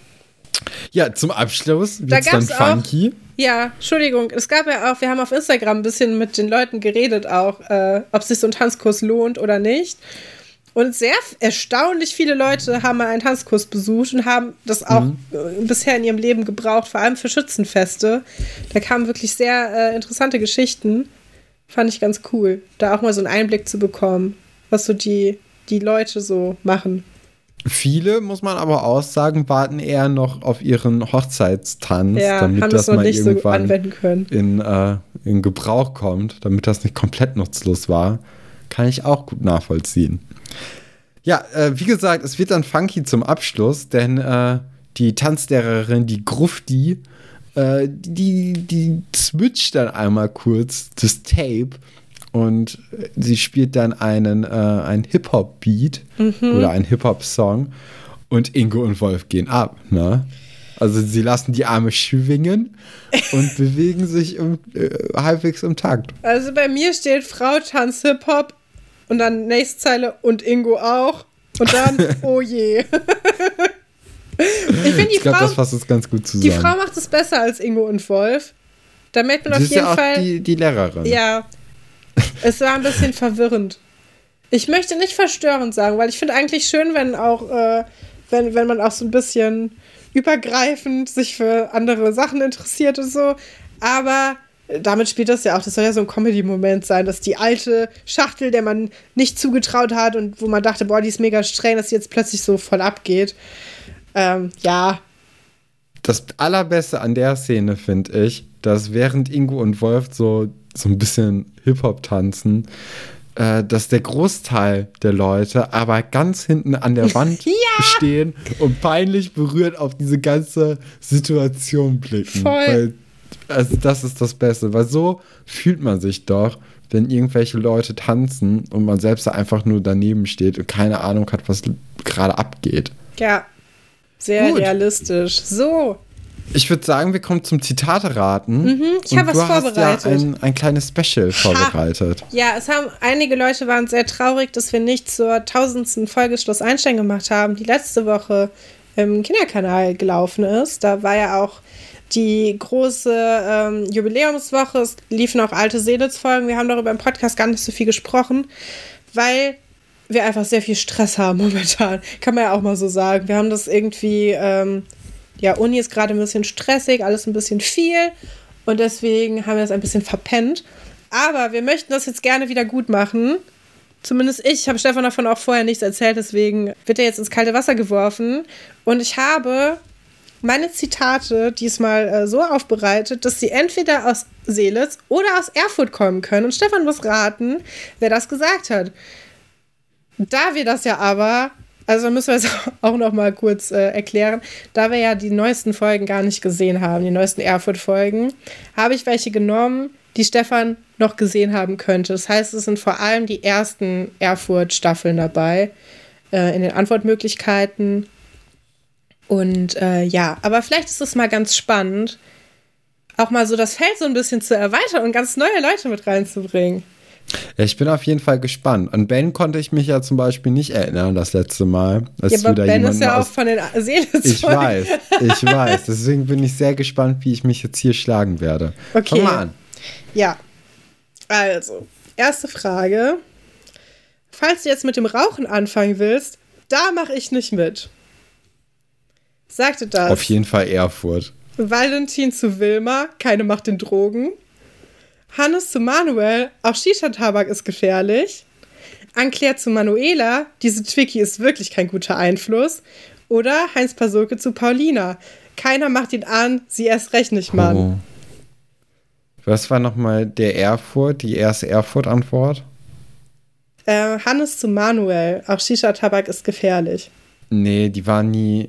Ja, zum Abschluss wird's dann funky. Entschuldigung, es gab ja auch, wir haben auf Instagram ein bisschen mit den Leuten geredet auch, ob sich so ein Tanzkurs lohnt oder nicht. Und sehr erstaunlich viele Leute haben mal einen Tanzkurs besucht und haben das auch bisher in ihrem Leben gebraucht, vor allem für Schützenfeste. Da kamen wirklich sehr interessante Geschichten. Fand ich ganz cool, da auch mal so einen Einblick zu bekommen, was so die Leute so machen. Viele, muss man aber auch sagen, warten eher noch auf ihren Hochzeitstanz, damit das mal irgendwann so in Gebrauch kommt, damit das nicht komplett nutzlos war. Kann ich auch gut nachvollziehen. Ja, wie gesagt, es wird dann funky zum Abschluss, denn die Tanzlehrerin, die Grufti, die switcht dann einmal kurz das Tape und sie spielt dann einen Hip-Hop-Beat oder einen Hip-Hop-Song und Ingo und Wolf gehen ab, ne? Also sie lassen die Arme schwingen und bewegen sich halbwegs im Takt. Also bei mir steht Frau tanzt Hip-Hop und dann nächste Zeile und Ingo auch und dann oh je. Ich glaube, das fasst es ganz gut zusammen. Die Frau macht es besser als Ingo und Wolf. Da merkt man auf jeden Fall. Sie ist ja auch die Lehrerin. Ja. Es war ein bisschen verwirrend. Ich möchte nicht verstörend sagen, weil ich finde eigentlich schön, wenn auch, wenn man auch so ein bisschen übergreifend sich für andere Sachen interessiert und so. Aber damit spielt das ja auch, das soll ja so ein Comedy-Moment sein, dass die alte Schachtel, der man nicht zugetraut hat und wo man dachte, boah, die ist mega streng, dass sie jetzt plötzlich so voll abgeht. Ja. Das Allerbeste an der Szene, finde ich, dass während Ingo und Wolf so ein bisschen Hip-Hop tanzen, dass der Großteil der Leute aber ganz hinten an der Wand stehen und peinlich berührt auf diese ganze Situation blicken. Voll. Weil, also das ist das Beste, weil so fühlt man sich doch, wenn irgendwelche Leute tanzen und man selbst da einfach nur daneben steht und keine Ahnung hat, was gerade abgeht. Ja, sehr Gut. realistisch. So. Ich würde sagen, wir kommen zum Zitate-Raten. Ich habe was vorbereitet. Du hast ja ein kleines Special vorbereitet. Ja, einige Leute waren sehr traurig, dass wir nicht zur 1000. Folge Schloss Einstein gemacht haben, die letzte Woche im Kinderkanal gelaufen ist. Da war ja auch die große Jubiläumswoche. Es liefen auch alte Seelitz-Folgen. Wir haben darüber im Podcast gar nicht so viel gesprochen, weil wir einfach sehr viel Stress haben momentan. Kann man ja auch mal so sagen. Wir haben das irgendwie... Uni ist gerade ein bisschen stressig, alles ein bisschen viel und deswegen haben wir es ein bisschen verpennt. Aber wir möchten das jetzt gerne wieder gut machen. Zumindest ich habe Stefan davon auch vorher nichts erzählt, deswegen wird er jetzt ins kalte Wasser geworfen. Und ich habe meine Zitate diesmal so aufbereitet, dass sie entweder aus Seelitz oder aus Erfurt kommen können. Und Stefan muss raten, wer das gesagt hat. Da wir das ja aber... Also müssen wir es auch noch mal kurz erklären. Da wir ja die neuesten Folgen gar nicht gesehen haben, die neuesten Erfurt-Folgen, habe ich welche genommen, die Stefan noch gesehen haben könnte. Das heißt, es sind vor allem die ersten Erfurt-Staffeln dabei, in den Antwortmöglichkeiten. Und aber vielleicht ist es mal ganz spannend, auch mal so das Feld so ein bisschen zu erweitern und ganz neue Leute mit reinzubringen. Ja, ich bin auf jeden Fall gespannt. An Ben konnte ich mich ja zum Beispiel nicht erinnern das letzte Mal. Als aber Ben ist ja auch von den Seelitz. Ich weiß. Deswegen bin ich sehr gespannt, wie ich mich jetzt hier schlagen werde. Okay. Fang mal an. Ja, also, erste Frage. Falls du jetzt mit dem Rauchen anfangen willst, da mache ich nicht mit. Sagte das. Auf jeden Fall Erfurt. Valentin zu Wilma, keine Macht den Drogen. Hannes zu Manuel, auch Shisha-Tabak ist gefährlich. Ann-Claire zu Manuela, diese Twickie ist wirklich kein guter Einfluss. Oder Heinz Pasulke zu Paulina, keiner macht ihn an, sie erst recht nicht, Mann. Oh. Was war nochmal die erste Erfurt-Antwort? Hannes zu Manuel, auch Shisha-Tabak ist gefährlich. Nee, die war nie,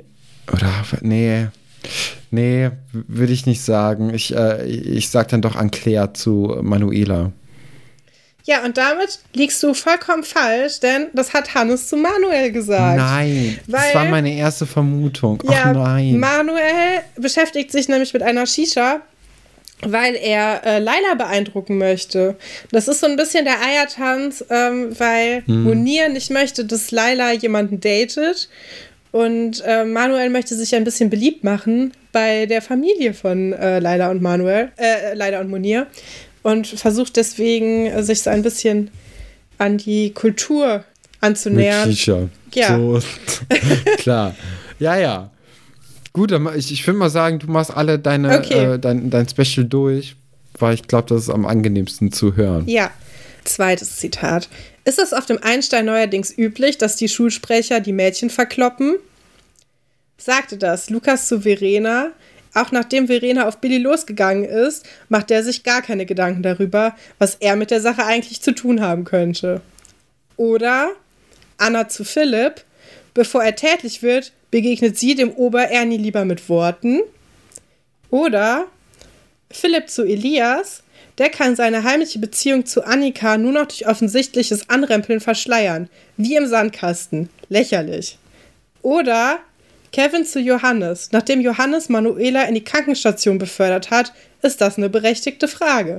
Nee, würde ich nicht sagen. Ich sag dann doch Ann-Claire zu Manuela. Ja, und damit liegst du vollkommen falsch, denn das hat Hannes zu Manuel gesagt. Nein, das war meine erste Vermutung. Ja, ach nein. Manuel beschäftigt sich nämlich mit einer Shisha, weil er Laila beeindrucken möchte. Das ist so ein bisschen der Eiertanz, weil Munir nicht möchte, dass Laila jemanden datet. Und Manuel möchte sich ein bisschen beliebt machen bei der Familie von Laila und Munir. Und versucht deswegen, sich so ein bisschen an die Kultur anzunähern. Mit Shisha. Ja. So. Klar. Ja. Gut, ich würde mal sagen, du machst alle dein Special durch, weil ich glaube, das ist am angenehmsten zu hören. Ja. Zweites Zitat. Ist es auf dem Einstein neuerdings üblich, dass die Schulsprecher die Mädchen verkloppen? Sagte das Lukas zu Verena. Auch nachdem Verena auf Billy losgegangen ist, macht er sich gar keine Gedanken darüber, was er mit der Sache eigentlich zu tun haben könnte. Oder Anna zu Philipp. Bevor er tätlich wird, begegnet sie dem Ober-Ernie lieber mit Worten. Oder Philipp zu Elias. Der kann seine heimliche Beziehung zu Annika nur noch durch offensichtliches Anrempeln verschleiern. Wie im Sandkasten. Lächerlich. Oder Kevin zu Johannes. Nachdem Johannes Manuela in die Krankenstation befördert hat, ist das eine berechtigte Frage.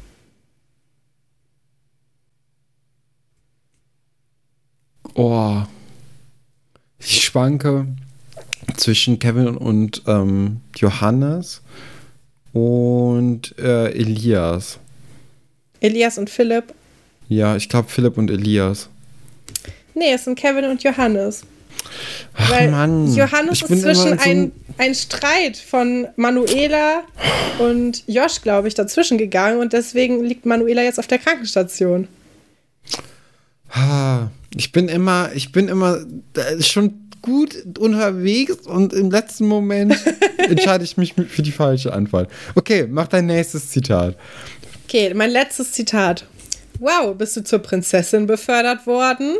Oh. Ich schwanke zwischen Kevin und Johannes und Elias. Elias und Philipp? Ja, ich glaube Philipp und Elias. Nee, es sind Kevin und Johannes. Ach weil Mann. Johannes ist zwischen ein Streit von Manuela und Josh, glaube ich, dazwischen gegangen und deswegen liegt Manuela jetzt auf der Krankenstation. Ich bin immer schon gut unterwegs und im letzten Moment entscheide ich mich für die falsche Antwort. Okay, mach dein nächstes Zitat. Okay, mein letztes Zitat. Wow, bist du zur Prinzessin befördert worden?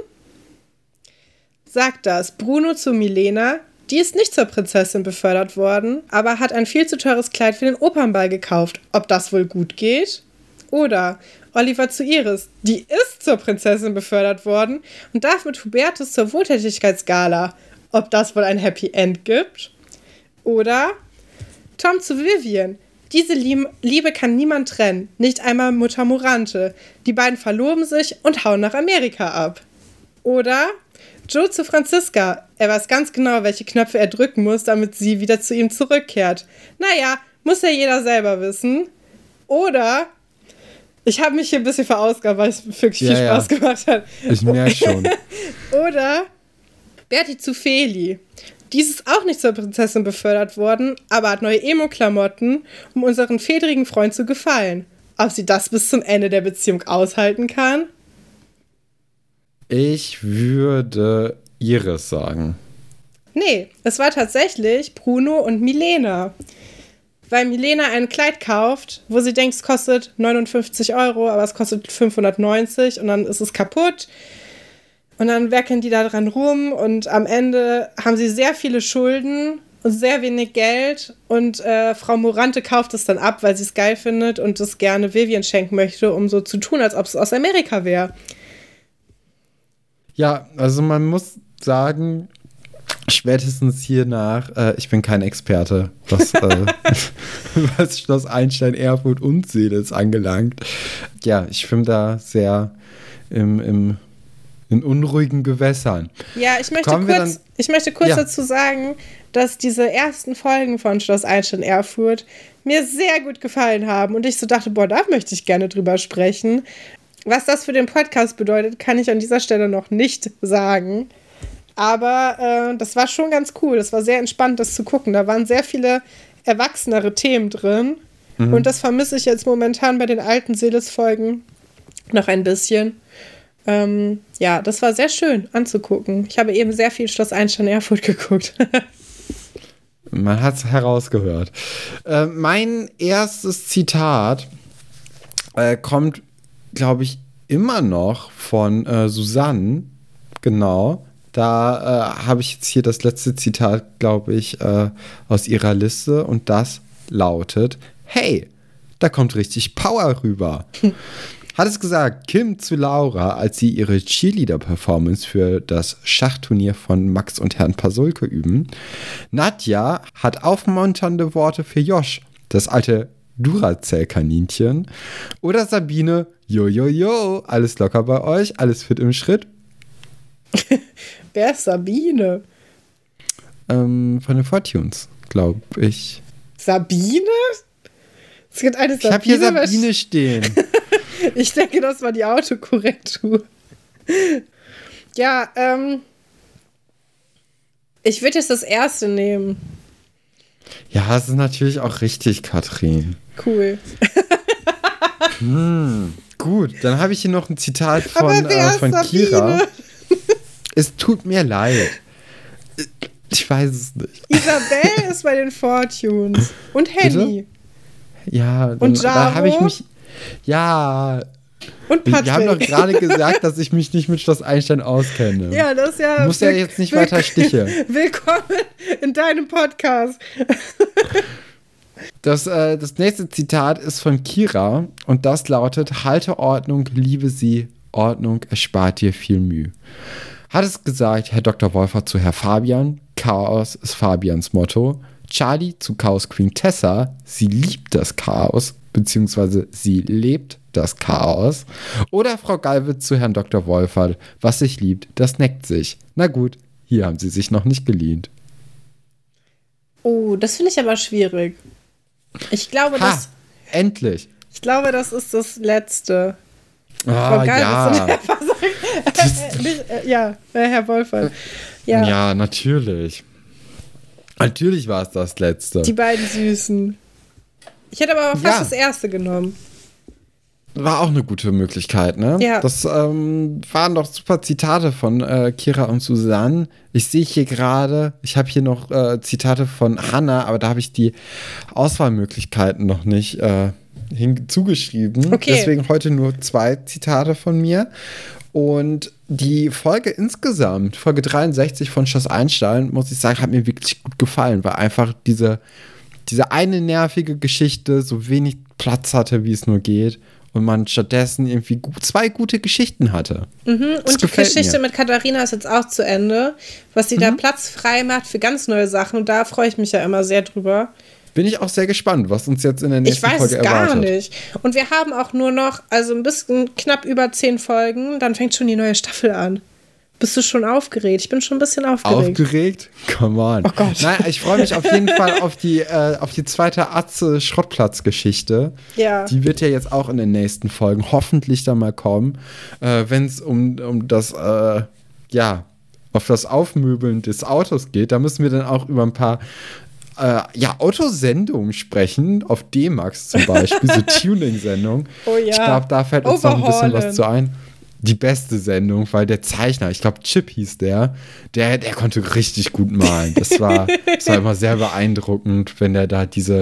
Sagt das Bruno zu Milena. Die ist nicht zur Prinzessin befördert worden, aber hat ein viel zu teures Kleid für den Opernball gekauft. Ob das wohl gut geht? Oder Oliver zu Iris. Die ist zur Prinzessin befördert worden und darf mit Hubertus zur Wohltätigkeitsgala. Ob das wohl ein Happy End gibt? Oder Tom zu Vivian. Diese Liebe kann niemand trennen, nicht einmal Mutter Morante. Die beiden verloben sich und hauen nach Amerika ab. Oder Joe zu Franziska. Er weiß ganz genau, welche Knöpfe er drücken muss, damit sie wieder zu ihm zurückkehrt. Naja, muss ja jeder selber wissen. Oder ich habe mich hier ein bisschen verausgabt, weil es wirklich viel Spaß gemacht hat. Ich merke schon. Oder Berti zu Feli. Dies ist auch nicht zur Prinzessin befördert worden, aber hat neue Emo-Klamotten, um unseren fedrigen Freund zu gefallen. Ob sie das bis zum Ende der Beziehung aushalten kann? Ich würde Iris sagen. Nee, es war tatsächlich Bruno und Milena. Weil Milena ein Kleid kauft, wo sie denkt, es kostet 59 €, aber es kostet 590 und dann ist es kaputt. Und dann werkeln die da dran rum und am Ende haben sie sehr viele Schulden und sehr wenig Geld und Frau Morante kauft es dann ab, weil sie es geil findet und es gerne Vivian schenken möchte, um so zu tun, als ob es aus Amerika wäre. Ja, also man muss sagen, spätestens hiernach, ich bin kein Experte, was Schloss Einstein, Erfurt und Seelitz angelangt. Ja, ich schwimme da sehr in unruhigen Gewässern. Ja, ich möchte kurz dazu sagen, dass diese ersten Folgen von Schloss Einstein Erfurt mir sehr gut gefallen haben und ich so dachte, boah, da möchte ich gerne drüber sprechen. Was das für den Podcast bedeutet, kann ich an dieser Stelle noch nicht sagen. Aber das war schon ganz cool. Das war sehr entspannt, das zu gucken. Da waren sehr viele erwachsenere Themen drin. Mhm. Und das vermisse ich jetzt momentan bei den alten Seelis-Folgen noch ein bisschen. Ja, das war sehr schön anzugucken. Ich habe eben sehr viel Schloss Einstein Erfurt geguckt. Man hat es herausgehört. Mein erstes Zitat kommt, glaube ich, immer noch von Susanne. Genau. Da habe ich jetzt hier das letzte Zitat, glaube ich, aus ihrer Liste. Und das lautet: Hey, da kommt richtig Power rüber. Hat es gesagt, Kim zu Laura, als sie ihre Cheerleader-Performance für das Schachturnier von Max und Herrn Pasulke üben. Nadja hat aufmunternde Worte für Josh, das alte Duracell-Kaninchen. Oder Sabine, jo, alles locker bei euch, alles fit im Schritt. Wer ist Sabine? Von den Fortunes, glaube ich. Sabine? Es gibt eine Sabine. Ich habe hier Sabine stehen. Ich denke, das war die Autokorrektur. Ja, ich würde jetzt das erste nehmen. Ja, das ist natürlich auch richtig, Katrin. Cool. Gut, dann habe ich hier noch ein Zitat von Kira. Es tut mir leid. Ich weiß es nicht. Isabelle ist bei den Fortunes. Und Henny. Ja, und da habe ich mich... Ja. Und Patrick. Wir haben doch gerade gesagt, dass ich mich nicht mit Schloss Einstein auskenne. Ja, das ist ja... Du musst ja jetzt nicht weiter sticheln. Willkommen in deinem Podcast. Das nächste Zitat ist von Kira und das lautet: Halte Ordnung, liebe sie, Ordnung erspart dir viel Mühe. Hat es gesagt, Herr Dr. Wolfert zu Herr Fabian, Chaos ist Fabians Motto. Charlie zu Chaos Queen Tessa, sie liebt das Chaos, beziehungsweise sie lebt das Chaos. Oder Frau Galwitz zu Herrn Dr. Wolfert, was sich liebt, das neckt sich. Na gut, hier haben sie sich noch nicht gelient. Oh, das finde ich aber schwierig. Ich glaube, endlich. Ich glaube, das ist das Letzte. Ah, ja. Herr Wolfert. Ja, natürlich. Natürlich war es das Letzte. Die beiden Süßen. Ich hätte aber fast das Erste genommen. war auch eine gute Möglichkeit, ne? Ja. Das waren doch super Zitate von Kira und Susanne. Ich sehe hier gerade, ich habe hier noch Zitate von Hannah, aber da habe ich die Auswahlmöglichkeiten noch nicht hinzugeschrieben. Okay. Deswegen heute nur 2 Zitate von mir. Und die Folge insgesamt, Folge 63 von Schloss Einstein, muss ich sagen, hat mir wirklich gut gefallen, weil einfach diese eine nervige Geschichte so wenig Platz hatte, wie es nur geht. Und man stattdessen irgendwie 2 gute Geschichten hatte. Und die Geschichte mit Katharina ist jetzt auch zu Ende, was sie da Platz frei macht für ganz neue Sachen. Und da freue ich mich ja immer sehr drüber. Bin ich auch sehr gespannt, was uns jetzt in der nächsten Folge erwartet. Ich weiß es gar nicht. Und wir haben auch nur noch, also ein bisschen knapp über 10 Folgen, dann fängt schon die neue Staffel an. Bist du schon aufgeregt? Ich bin schon ein bisschen aufgeregt. Aufgeregt? Come on. Oh Gott. Nein, ich freue mich auf jeden Fall auf die zweite Atze-Schrottplatz-Geschichte. Ja. Die wird ja jetzt auch in den nächsten Folgen hoffentlich dann mal kommen. Wenn es um das, auf das Aufmöbeln des Autos geht, da müssen wir dann auch über ein paar Autosendungen sprechen, auf D-Max zum Beispiel, so Tuning-Sendungen. Oh ja. Ich glaube, da fällt uns noch ein bisschen was zu ein. Die beste Sendung, weil der Zeichner, ich glaube Chip hieß der konnte richtig gut malen. Das war immer sehr beeindruckend, wenn der da die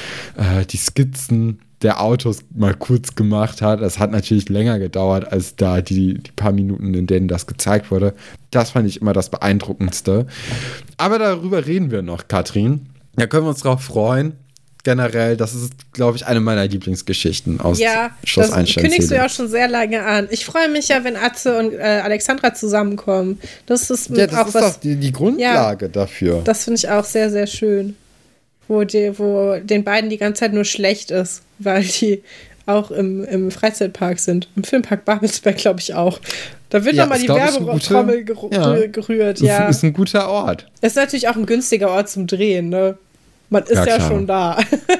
Skizzen der Autos mal kurz gemacht hat. Das hat natürlich länger gedauert, als da die paar Minuten, in denen das gezeigt wurde. Das fand ich immer das Beeindruckendste. Aber darüber reden wir noch, Katrin. Da können wir uns drauf freuen. Generell, das ist, glaube ich, eine meiner Lieblingsgeschichten aus Schloss Einstein. Das kündigst du ja auch schon sehr lange an. Ich freue mich ja, wenn Atze und Alexandra zusammenkommen. Das ist auch was. Doch die Grundlage dafür. Das finde ich auch sehr, sehr schön. Wo den beiden die ganze Zeit nur schlecht ist, weil die auch im Freizeitpark sind. Im Filmpark Babelsberg, glaube ich, auch. Da wird nochmal die Werbetrommel gerührt. Ja. Ist ein guter Ort. Ist natürlich auch ein günstiger Ort zum Drehen, ne? Man ist ja schon da.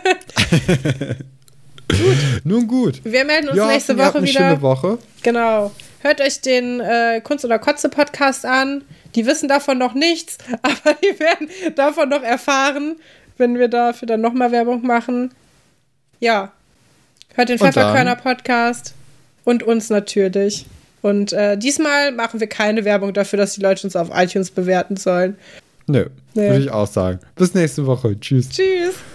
Gut. Nun gut. Wir melden uns nächste Woche wieder. Schöne Woche. Genau. Hört euch den Kunst oder Kotze Podcast an. Die wissen davon noch nichts, aber die werden davon noch erfahren, wenn wir dafür dann nochmal Werbung machen. Ja. Hört den Pfefferkörner Podcast und uns natürlich. Und diesmal machen wir keine Werbung dafür, dass die Leute uns auf iTunes bewerten sollen. Nö, würde ich auch sagen. Bis nächste Woche. Tschüss. Tschüss.